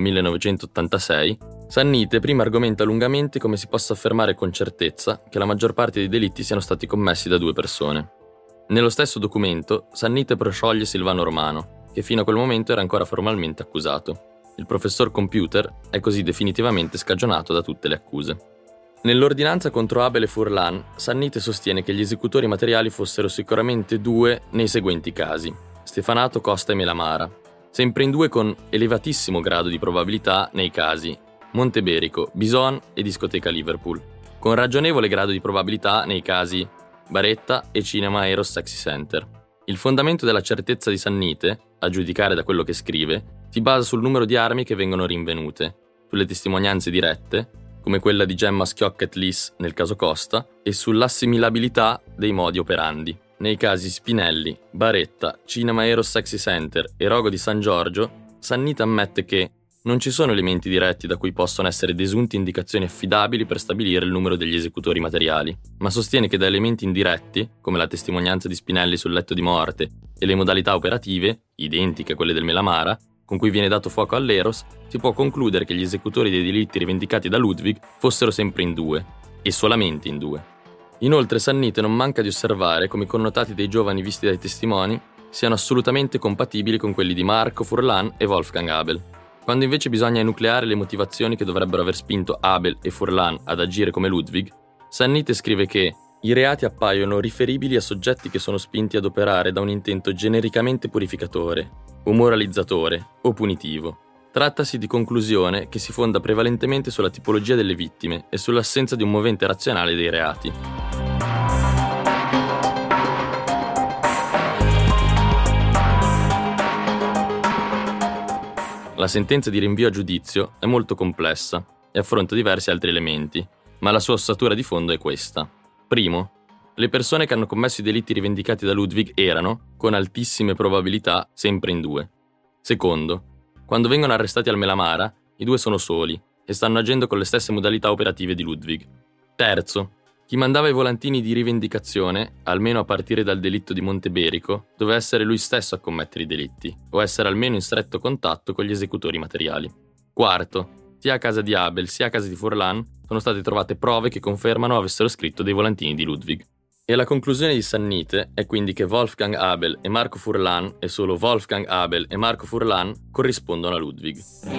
1986, Sannite prima argomenta lungamente come si possa affermare con certezza che la maggior parte dei delitti siano stati commessi da due persone. Nello stesso documento, Sannite proscioglie Silvano Romano, che fino a quel momento era ancora formalmente accusato. Il professor Computer è così definitivamente scagionato da tutte le accuse. Nell'ordinanza contro Abel e Furlan, Sannite sostiene che gli esecutori materiali fossero sicuramente due nei seguenti casi: Stefanato, Costa e Melamara, sempre in due con elevatissimo grado di probabilità nei casi Monteberico, Bison e Discoteca Liverpool, con ragionevole grado di probabilità nei casi Baretta e Cinema Eros Sexy Center. Il fondamento della certezza di Sannite, a giudicare da quello che scrive, si basa sul numero di armi che vengono rinvenute, sulle testimonianze dirette, come quella di Gemma Schiocca-Tlis nel caso Costa, e sull'assimilabilità dei modi operandi. Nei casi Spinelli, Baretta, Cinema Eros Sexy Center e Rogo di San Giorgio, Sannite ammette che non ci sono elementi diretti da cui possono essere desunte indicazioni affidabili per stabilire il numero degli esecutori materiali, ma sostiene che da elementi indiretti, come la testimonianza di Spinelli sul letto di morte e le modalità operative, identiche a quelle del Melamara, con cui viene dato fuoco all'Eros, si può concludere che gli esecutori dei delitti rivendicati da Ludwig fossero sempre in due, e solamente in due. Inoltre Sannite non manca di osservare come i connotati dei giovani visti dai testimoni siano assolutamente compatibili con quelli di Marco Furlan e Wolfgang Abel. Quando invece bisogna enucleare le motivazioni che dovrebbero aver spinto Abel e Furlan ad agire come Ludwig, Sannite scrive che i reati appaiono riferibili a soggetti che sono spinti ad operare da un intento genericamente purificatore, o moralizzatore, o punitivo. Trattasi di conclusione che si fonda prevalentemente sulla tipologia delle vittime e sull'assenza di un movente razionale dei reati. La sentenza di rinvio a giudizio è molto complessa e affronta diversi altri elementi, ma la sua ossatura di fondo è questa. Primo, le persone che hanno commesso i delitti rivendicati da Ludwig erano, con altissime probabilità, sempre in due. Secondo, quando vengono arrestati al Melamara, i due sono soli e stanno agendo con le stesse modalità operative di Ludwig. Terzo, chi mandava i volantini di rivendicazione, almeno a partire dal delitto di Monteberico, doveva essere lui stesso a commettere i delitti, o essere almeno in stretto contatto con gli esecutori materiali. Quarto, sia a casa di Abel sia a casa di Furlan sono state trovate prove che confermano avessero scritto dei volantini di Ludwig. E la conclusione di Sannite è quindi che Wolfgang Abel e Marco Furlan, e solo Wolfgang Abel e Marco Furlan, corrispondono a Ludwig.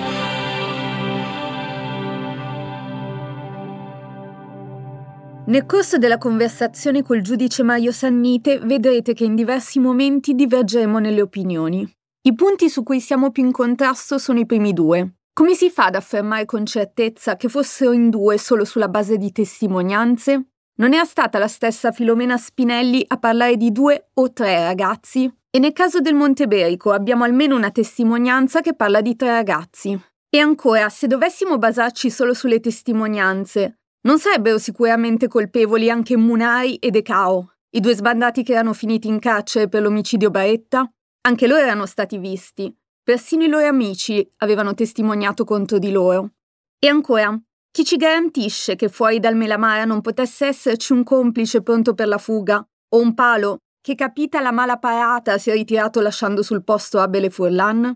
Nel corso della conversazione col giudice Mario Sannite vedrete che in diversi momenti divergeremo nelle opinioni. I punti su cui siamo più in contrasto sono i primi due. Come si fa ad affermare con certezza che fossero in due solo sulla base di testimonianze? Non era stata la stessa Filomena Spinelli a parlare di 2 o 3 ragazzi? E nel caso del Monteberico abbiamo almeno una testimonianza che parla di 3 ragazzi. E ancora, se dovessimo basarci solo sulle testimonianze, non sarebbero sicuramente colpevoli anche Munari e De Cao. I 2 sbandati che erano finiti in carcere per l'omicidio Baretta, anche loro erano stati visti. Persino i loro amici avevano testimoniato contro di loro. E ancora, chi ci garantisce che fuori dal Melamara non potesse esserci un complice pronto per la fuga, o un palo che, capita la mala parata, si è ritirato lasciando sul posto Abel e Furlan?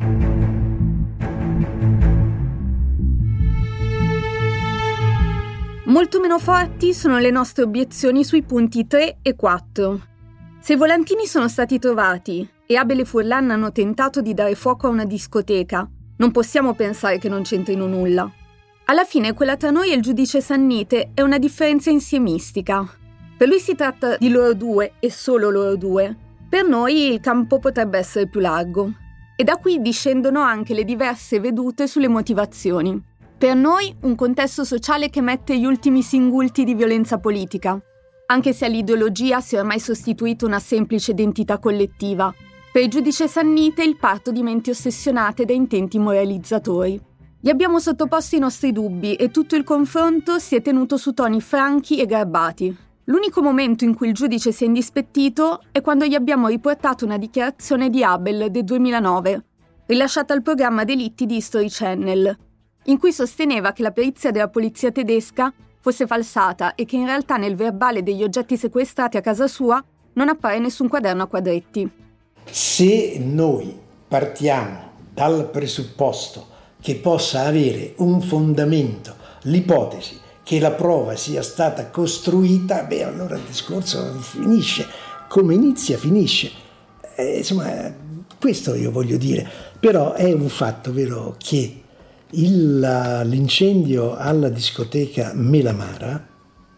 Molto meno forti sono le nostre obiezioni sui punti 3 e 4. Se i volantini sono stati trovati e Abel e Furlan hanno tentato di dare fuoco a una discoteca, non possiamo pensare che non c'entrino nulla. Alla fine quella tra noi e il giudice Sannite è una differenza insiemistica. Per lui si tratta di loro 2 e solo loro 2. Per noi il campo potrebbe essere più largo. E da qui discendono anche le diverse vedute sulle motivazioni. Per noi un contesto sociale che mette gli ultimi singulti di violenza politica, anche se all'ideologia si è ormai sostituita una semplice identità collettiva. Per il giudice Sannite il parto di menti ossessionate da intenti moralizzatori. Gli abbiamo sottoposto i nostri dubbi e tutto il confronto si è tenuto su toni franchi e garbati. L'unico momento in cui il giudice si è indispettito è quando gli abbiamo riportato una dichiarazione di Abel del 2009, rilasciata al programma Delitti di History Channel, in cui sosteneva che la perizia della polizia tedesca fosse falsata e che in realtà nel verbale degli oggetti sequestrati a casa sua non appare nessun quaderno a quadretti. Se noi partiamo dal presupposto che possa avere un fondamento l'ipotesi che la prova sia stata costruita, allora il discorso finisce. Come inizia, finisce. Insomma, questo io voglio dire. Però è un fatto vero che l'incendio alla discoteca Melamara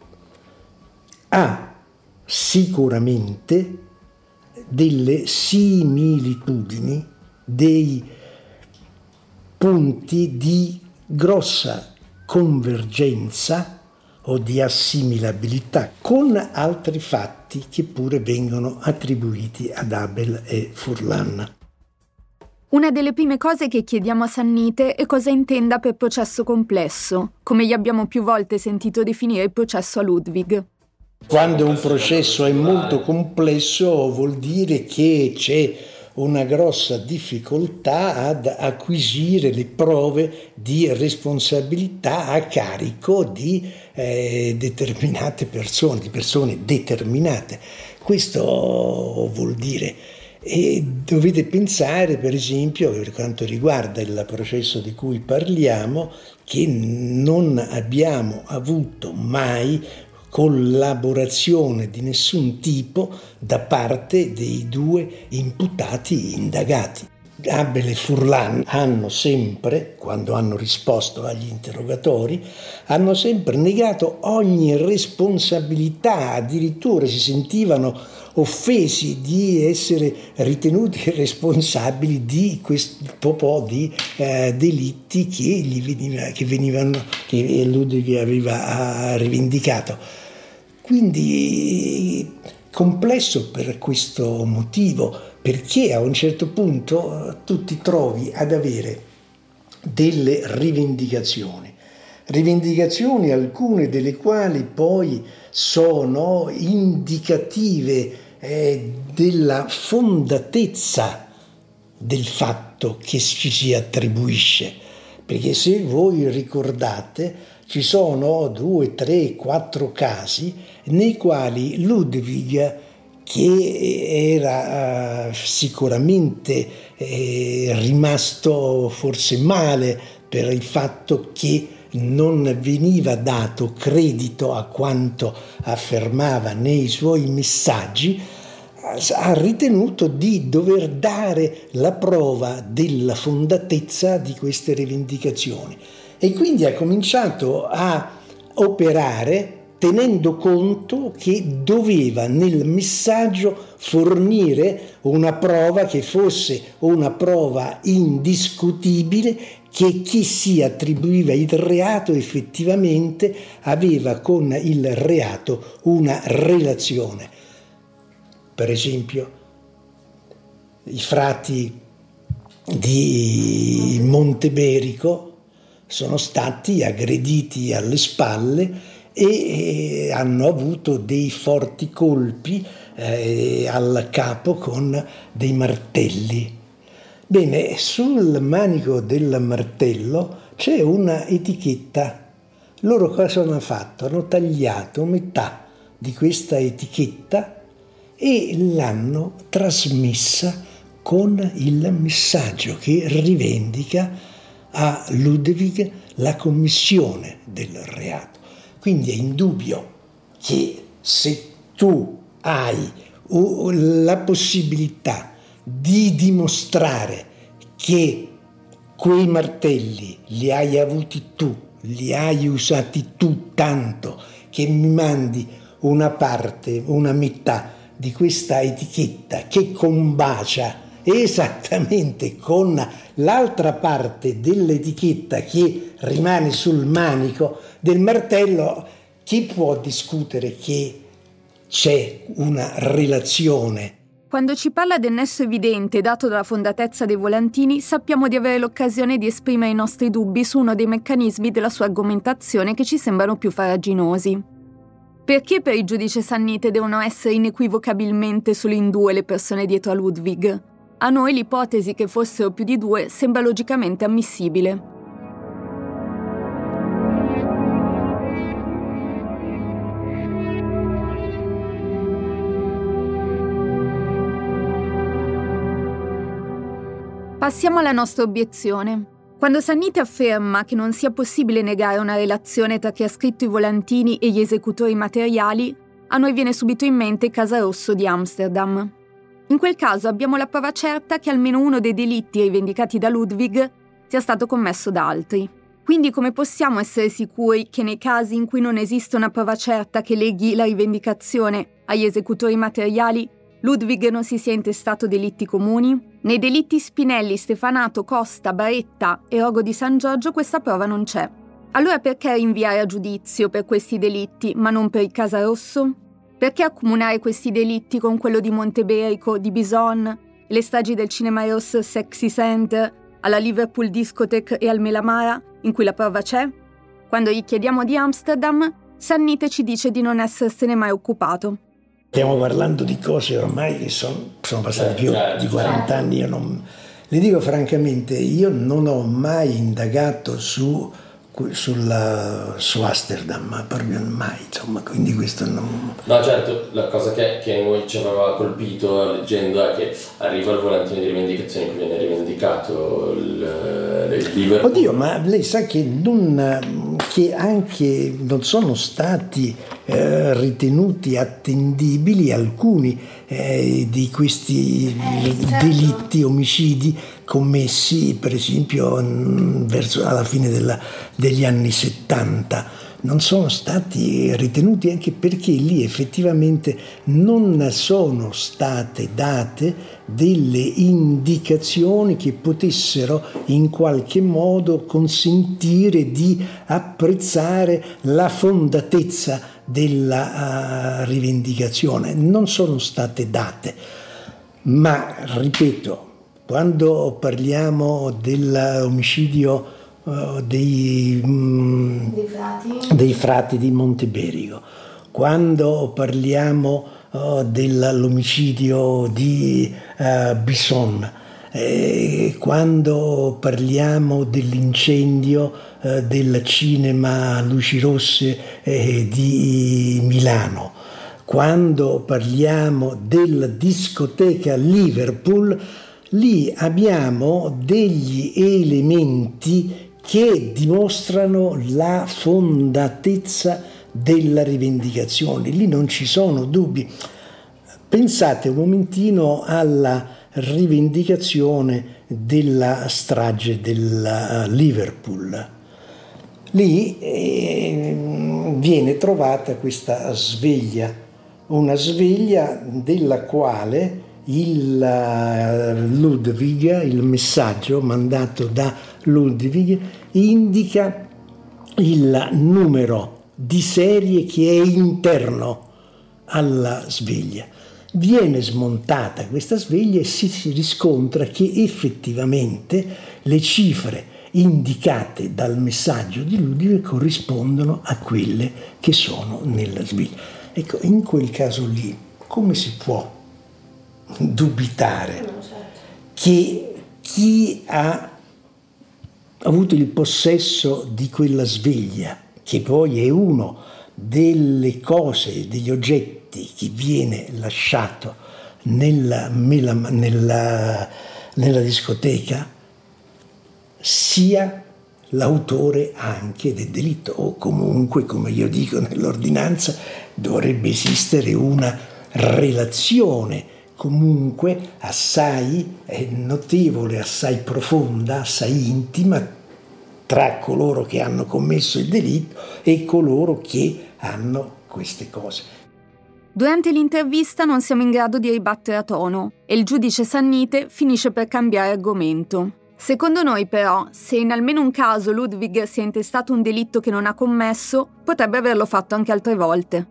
ha sicuramente delle similitudini, dei punti di grossa convergenza o di assimilabilità con altri fatti che pure vengono attribuiti ad Abel e Furlan. Una delle prime cose che chiediamo a Sannite è cosa intenda per processo complesso, come gli abbiamo più volte sentito definire il processo a Ludwig. Quando un processo è molto complesso vuol dire che c'è una grossa difficoltà ad acquisire le prove di responsabilità a carico di determinate persone, di persone determinate. Questo vuol dire. E dovete pensare, per esempio, per quanto riguarda il processo di cui parliamo, che non abbiamo avuto mai collaborazione di nessun tipo da parte dei 2 imputati indagati. Abel e Furlan hanno sempre, quando hanno risposto agli interrogatori, hanno sempre negato ogni responsabilità, addirittura si sentivano offesi di essere ritenuti responsabili di questo po' di delitti che Ludwig aveva rivendicato. Quindi complesso per questo motivo, perché a un certo punto tu ti trovi ad avere delle rivendicazioni, alcune delle quali poi sono indicative della fondatezza del fatto che ci si attribuisce, perché se voi ricordate ci sono 2, 3, 4 casi nei quali Ludwig, che era sicuramente rimasto forse male per il fatto che non veniva dato credito a quanto affermava nei suoi messaggi, ha ritenuto di dover dare la prova della fondatezza di queste rivendicazioni e quindi ha cominciato a operare tenendo conto che doveva nel messaggio fornire una prova che fosse una prova indiscutibile, che chi si attribuiva il reato effettivamente aveva con il reato una relazione. Per esempio, i frati di Monteberico sono stati aggrediti alle spalle e hanno avuto dei forti colpi al capo con dei martelli. Bene, sul manico del martello c'è una etichetta. Loro cosa hanno fatto? Hanno tagliato metà di questa etichetta e l'hanno trasmessa con il messaggio che rivendica a Ludwig la commissione del reato. Quindi è indubbio che se tu hai la possibilità di dimostrare che quei martelli li hai avuti tu, li hai usati tu tanto che mi mandi una parte, una metà di questa etichetta che combacia esattamente con l'altra parte dell'etichetta che rimane sul manico del martello, chi può discutere che c'è una relazione? Quando ci parla del nesso evidente dato dalla fondatezza dei volantini, sappiamo di avere l'occasione di esprimere i nostri dubbi su uno dei meccanismi della sua argomentazione che ci sembrano più farraginosi. Perché per il giudice Sannite devono essere inequivocabilmente solo in due le persone dietro a Ludwig? A noi l'ipotesi che fossero più di due sembra logicamente ammissibile. Passiamo alla nostra obiezione. Quando Sannite afferma che non sia possibile negare una relazione tra chi ha scritto i volantini e gli esecutori materiali, a noi viene subito in mente il Casarosso di Amsterdam. In quel caso abbiamo la prova certa che almeno uno dei delitti rivendicati da Ludwig sia stato commesso da altri. Quindi come possiamo essere sicuri che nei casi in cui non esiste una prova certa che leghi la rivendicazione agli esecutori materiali, Ludwig non si sia intestato delitti comuni? Nei delitti Spinelli, Stefanato, Costa, Baretta e Rogo di San Giorgio questa prova non c'è. Allora perché rinviare a giudizio per questi delitti, ma non per il Casarosso? Perché accomunare questi delitti con quello di Monteberico, di Bison, le stragi del Cinema Ross Sexy Center, alla Liverpool Discotheque e al Melamara, in cui la prova c'è? Quando gli chiediamo di Amsterdam, Sannite ci dice di non essersene mai occupato. Stiamo parlando di cose ormai che sono passati più di 40 anni. Le dico francamente, io non ho mai indagato su Amsterdam, ma proprio mai, insomma, quindi questo non... No, certo, la cosa che noi ci aveva colpito leggendo è che arriva il volantino di rivendicazione in cui viene rivendicato il Liverpool. Oddio, ma lei sa che anche non sono stati ritenuti attendibili alcuni di questi delitti, omicidi commessi per esempio alla fine degli anni 70. Non sono stati ritenuti anche perché lì effettivamente non sono state date delle indicazioni che potessero in qualche modo consentire di apprezzare la fondatezza della rivendicazione. Non sono state date, ma ripeto, quando parliamo dell'omicidio dei frati di Monteberico, quando parliamo dell'omicidio di Bison, quando parliamo dell'incendio del cinema Luci Rosse di Milano, quando parliamo della discoteca Liverpool, lì abbiamo degli elementi che dimostrano la fondatezza della rivendicazione. Lì non ci sono dubbi. Pensate un momentino alla rivendicazione della strage della Liverpool. Lì viene trovata questa sveglia, una sveglia della quale il messaggio mandato da Ludwig indica il numero di serie che è interno alla sveglia. Viene smontata questa sveglia e si riscontra che effettivamente le cifre indicate dal messaggio di Ludwig corrispondono a quelle che sono nella sveglia. Ecco, in quel caso lì, come si può dubitare che chi ha avuto il possesso di quella sveglia, che poi è uno delle cose, degli oggetti che viene lasciato nella discoteca, sia l'autore anche del delitto, o comunque, come io dico nell'ordinanza, dovrebbe esistere una relazione comunque assai notevole, assai profonda, assai intima tra coloro che hanno commesso il delitto e coloro che hanno queste cose. Durante l'intervista non siamo in grado di ribattere a tono e il giudice Sannite finisce per cambiare argomento. Secondo noi però, se in almeno un caso Ludwig si è intestato un delitto che non ha commesso, potrebbe averlo fatto anche altre volte.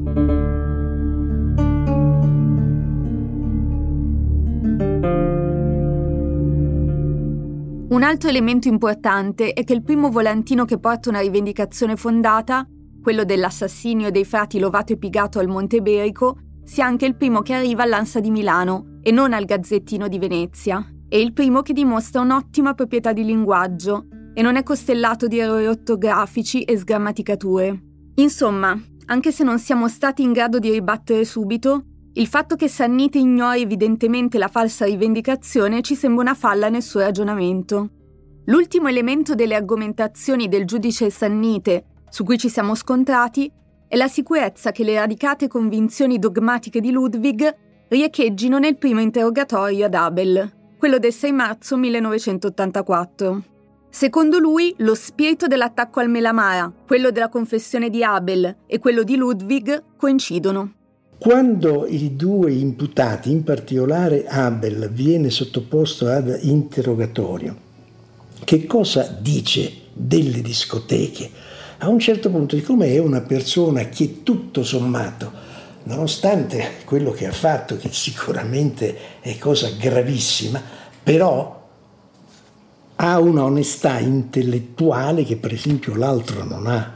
Un altro elemento importante è che il primo volantino che porta una rivendicazione fondata, quello dell'assassinio dei frati Lovato e Pigato al Monte Berico, sia anche il primo che arriva all'Ansa di Milano e non al Gazzettino di Venezia. È il primo che dimostra un'ottima proprietà di linguaggio e non è costellato di errori ortografici e sgrammaticature. Insomma, anche se non siamo stati in grado di ribattere subito, il fatto che Sannite ignori evidentemente la falsa rivendicazione ci sembra una falla nel suo ragionamento. L'ultimo elemento delle argomentazioni del giudice Sannite su cui ci siamo scontrati è la sicurezza che le radicate convinzioni dogmatiche di Ludwig riecheggiano nel primo interrogatorio ad Abel, quello del 6 marzo 1984. Secondo lui, lo spirito dell'attacco al melamara, quello della confessione di Abel e quello di Ludwig coincidono. Quando i due imputati, in particolare Abel, viene sottoposto ad interrogatorio, che cosa dice delle discoteche? A un certo punto, siccome è una persona che tutto sommato, nonostante quello che ha fatto, che sicuramente è cosa gravissima, però ha una onestà intellettuale che per esempio l'altro non ha.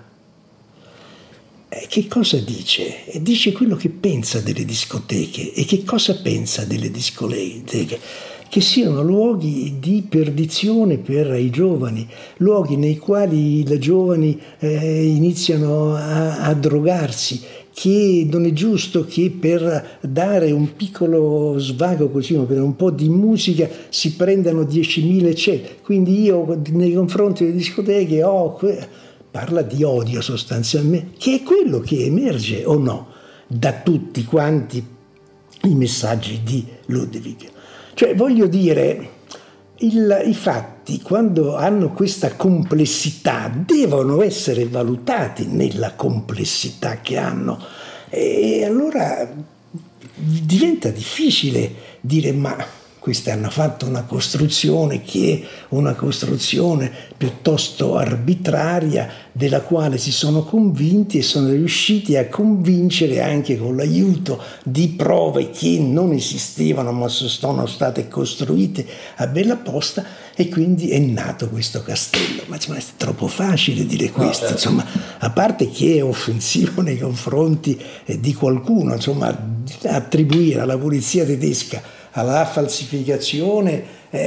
Che cosa dice? Dice quello che pensa delle discoteche. E che cosa pensa delle discoteche? Che siano luoghi di perdizione per i giovani, luoghi nei quali i giovani iniziano a drogarsi, che non è giusto che per dare un piccolo svago così, per un po' di musica, si prendano 10.000 eccetera. Quindi io nei confronti delle discoteche parla di odio sostanzialmente, che è quello che emerge o no da tutti quanti i messaggi di Ludwig. Cioè, voglio dire, i fatti, quando hanno questa complessità, devono essere valutati nella complessità che hanno. E allora diventa difficile dire ma questi hanno fatto una costruzione che è una costruzione piuttosto arbitraria, della quale si sono convinti e sono riusciti a convincere anche con l'aiuto di prove che non esistevano ma sono state costruite a bella posta, e quindi è nato questo castello. Ma insomma, è troppo facile dire questo, insomma, a parte che è offensivo nei confronti di qualcuno, insomma, attribuire alla polizia tedesca alla falsificazione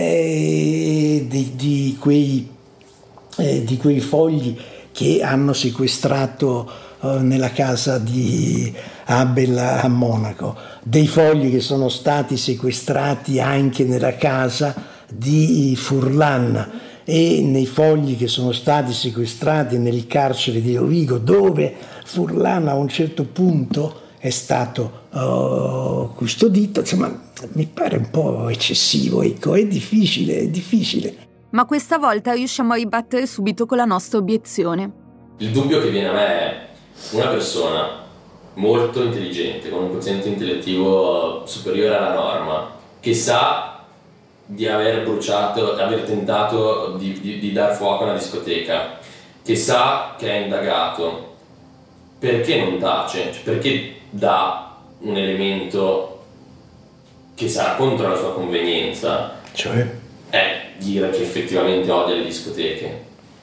di quei fogli che hanno sequestrato nella casa di Abel a Monaco, dei fogli che sono stati sequestrati anche nella casa di Furlan e nei fogli che sono stati sequestrati nel carcere di Rovigo, dove Furlan a un certo punto è stato custodito. Insomma, mi pare un po' eccessivo, ecco, è difficile. Ma questa volta riusciamo a ribattere subito con la nostra obiezione. Il dubbio che viene a me è una persona molto intelligente, con un quoziente intellettivo superiore alla norma, che sa di aver bruciato, aver tentato di dar fuoco a una discoteca, che sa che è indagato, perché non tace? Cioè, perché dà un elemento che sarà contro la sua convenienza? Cioè? dire che effettivamente odia le discoteche?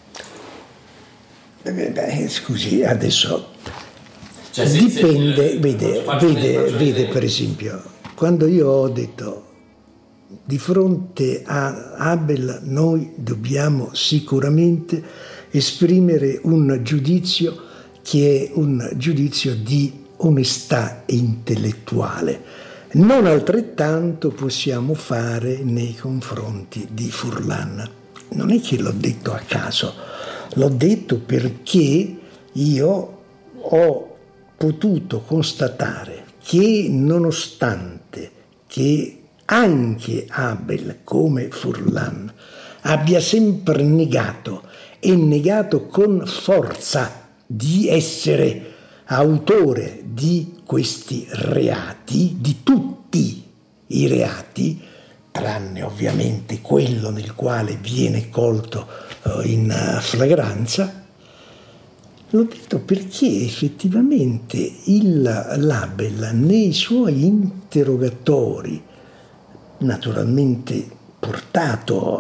Scusi, adesso dipende, vede per esempio, quando io ho detto di fronte a Abel noi dobbiamo sicuramente esprimere un giudizio che è un giudizio di onestà intellettuale. Non altrettanto possiamo fare nei confronti di Furlan. Non è che l'ho detto a caso, l'ho detto perché io ho potuto constatare che nonostante che anche Abel come Furlan abbia sempre negato e negato con forza di essere autore di questi reati, di tutti i reati, tranne ovviamente quello nel quale viene colto in flagranza, l'ho detto perché effettivamente l'Abel nei suoi interrogatori, naturalmente portato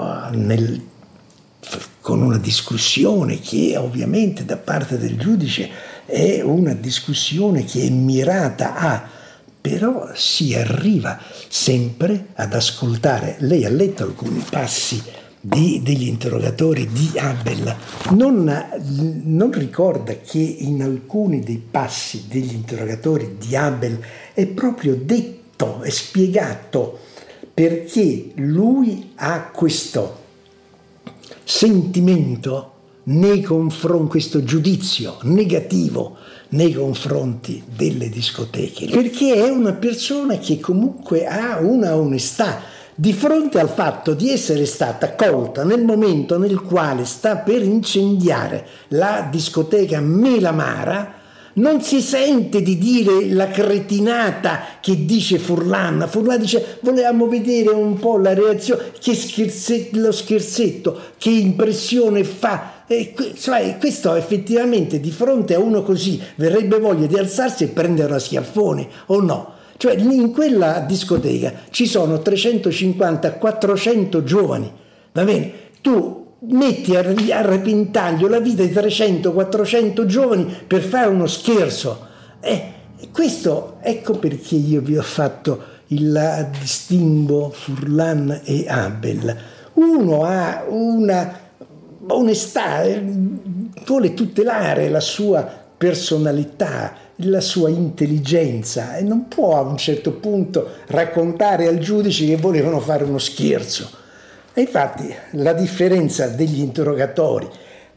con una discussione che ovviamente da parte del giudice è una discussione che è mirata però si arriva sempre ad ascoltare. Lei ha letto alcuni passi degli interrogatori di Abel, non ricorda che in alcuni dei passi degli interrogatori di Abel è proprio detto, è spiegato perché lui ha questo sentimento nei confronti, questo giudizio negativo nei confronti delle discoteche, perché è una persona che comunque ha una onestà di fronte al fatto di essere stata colta nel momento nel quale sta per incendiare la discoteca Melamara. Non si sente di dire la cretinata che dice Furlan. Furlan dice volevamo vedere un po' la reazione, lo scherzetto, che impressione fa. Questo effettivamente di fronte a uno così verrebbe voglia di alzarsi e prendere a schiaffoni, o no? Cioè in quella discoteca ci sono 350-400 giovani, va bene? Tu metti a repentaglio la vita di 300-400 giovani per fare uno scherzo. Questo, ecco perché io vi ho fatto il distinguo Furlan e Abel. Uno ha una onestà, vuole tutelare la sua personalità, la sua intelligenza, e non può a un certo punto raccontare al giudice che volevano fare uno scherzo. E infatti la differenza degli interrogatori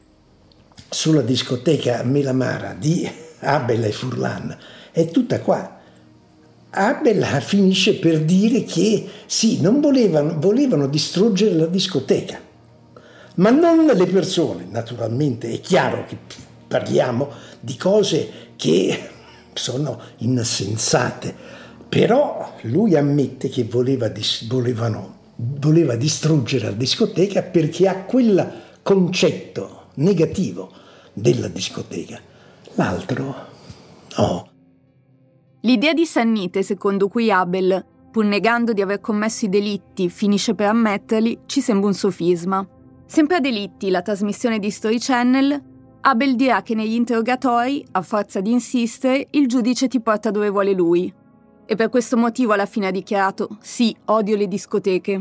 sulla discoteca Melamara di Abel e Furlan è tutta qua. Abel finisce per dire che sì, non volevano distruggere la discoteca, ma non le persone. Naturalmente è chiaro che parliamo di cose che sono insensate, però lui ammette che voleva distruggere la discoteca perché ha quel concetto negativo della discoteca. L'altro no. L'idea di Sannite, secondo cui Abel, pur negando di aver commesso i delitti, finisce per ammetterli, ci sembra un sofisma. Sempre a Delitti, la trasmissione di Story Channel, Abel dirà che negli interrogatori, a forza di insistere, il giudice ti porta dove vuole lui. E per questo motivo alla fine ha dichiarato «Sì, odio le discoteche».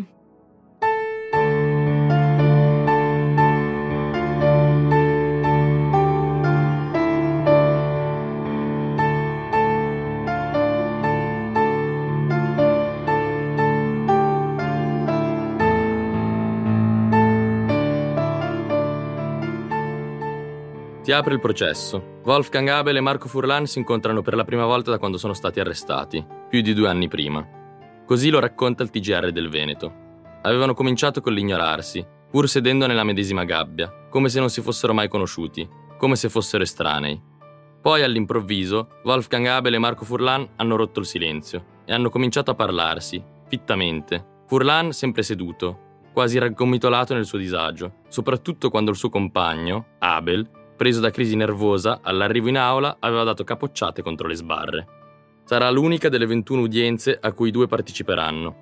Si apre il processo. Wolfgang Abel e Marco Furlan si incontrano per la prima volta da quando sono stati arrestati, più di 2 anni prima. Così lo racconta il TGR del Veneto. Avevano cominciato con l'ignorarsi, pur sedendo nella medesima gabbia, come se non si fossero mai conosciuti, come se fossero estranei. Poi, all'improvviso, Wolfgang Abel e Marco Furlan hanno rotto il silenzio e hanno cominciato a parlarsi, fittamente. Furlan sempre seduto, quasi raggomitolato nel suo disagio, soprattutto quando il suo compagno, Abel, preso da crisi nervosa, all'arrivo in aula aveva dato capocciate contro le sbarre. Sarà l'unica delle 21 udienze a cui i 2 parteciperanno.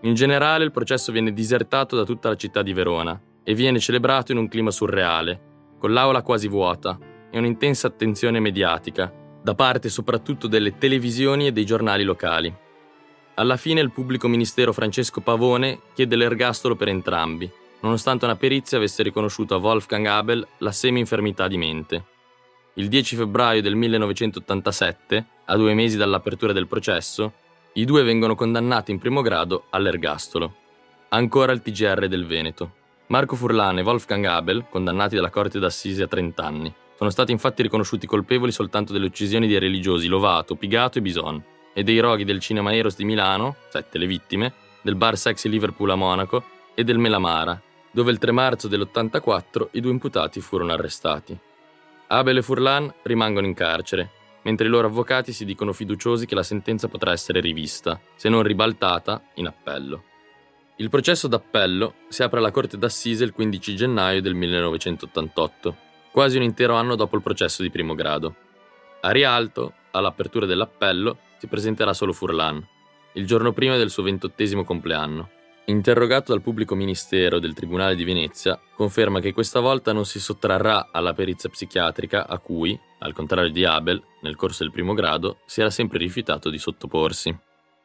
In generale, il processo viene disertato da tutta la città di Verona e viene celebrato in un clima surreale, con l'aula quasi vuota e un'intensa attenzione mediatica, da parte soprattutto delle televisioni e dei giornali locali. Alla fine il pubblico ministero Francesco Pavone chiede l'ergastolo per entrambi, nonostante una perizia avesse riconosciuto a Wolfgang Abel la semi-infermità di mente. Il 10 febbraio del 1987, a 2 mesi dall'apertura del processo, i due vengono condannati in primo grado all'ergastolo. Ancora il TGR del Veneto. Marco Furlan e Wolfgang Abel, condannati dalla Corte d'Assise a 30 anni, sono stati infatti riconosciuti colpevoli soltanto delle uccisioni dei religiosi Lovato, Pigato e Bison, e dei roghi del cinema Eros di Milano, 7 le vittime, del bar Sexy Liverpool a Monaco e del Melamara, dove il 3 marzo dell'84 i 2 imputati furono arrestati. Abel e Furlan rimangono in carcere, mentre i loro avvocati si dicono fiduciosi che la sentenza potrà essere rivista, se non ribaltata, in appello. Il processo d'appello si apre alla Corte d'Assise il 15 gennaio del 1988, quasi un intero anno dopo il processo di primo grado. A Rialto, all'apertura dell'appello, si presenterà solo Furlan, il giorno prima del suo 28° compleanno. Interrogato dal pubblico ministero del Tribunale di Venezia, conferma che questa volta non si sottrarrà alla perizia psichiatrica a cui, al contrario di Abel, nel corso del primo grado, si era sempre rifiutato di sottoporsi.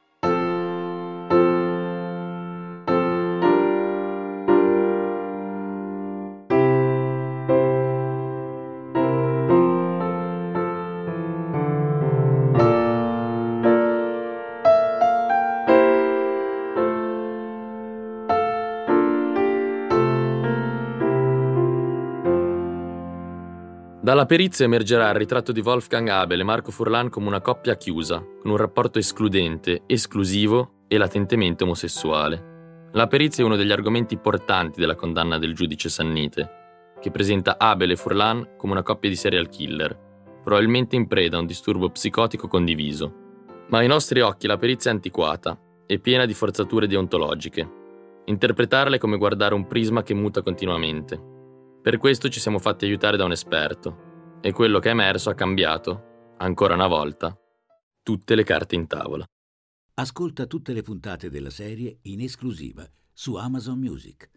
Dalla perizia emergerà il ritratto di Wolfgang Abel e Marco Furlan come una coppia chiusa, con un rapporto escludente, esclusivo e latentemente omosessuale. La perizia è uno degli argomenti portanti della condanna del giudice Sannite, che presenta Abel e Furlan come una coppia di serial killer, probabilmente in preda a un disturbo psicotico condiviso. Ma ai nostri occhi la perizia è antiquata e piena di forzature deontologiche. Interpretarla è come guardare un prisma che muta continuamente. Per questo ci siamo fatti aiutare da un esperto e quello che è emerso ha cambiato, ancora una volta, tutte le carte in tavola. Ascolta tutte le puntate della serie in esclusiva su Amazon Music.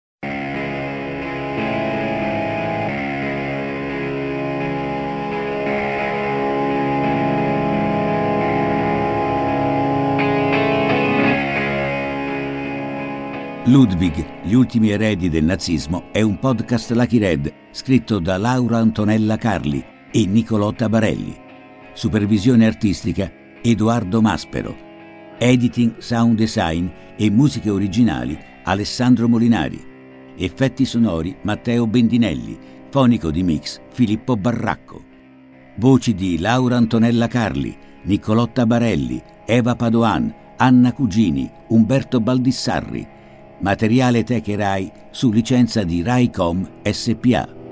Ludwig, gli ultimi eredi del nazismo è un podcast Lucky Red scritto da Laura Antonella Carli e Niccolò Tabarelli. Supervisione artistica Edoardo Maspero. Editing, sound design e musiche originali Alessandro Molinari. Effetti sonori Matteo Bendinelli. Fonico di mix Filippo Barracco. Voci di Laura Antonella Carli, Niccolò Tabarelli, Eva Padoan, Anna Cugini, Umberto Baldissarri. Materiale Tech e Rai su licenza di Raicom SPA.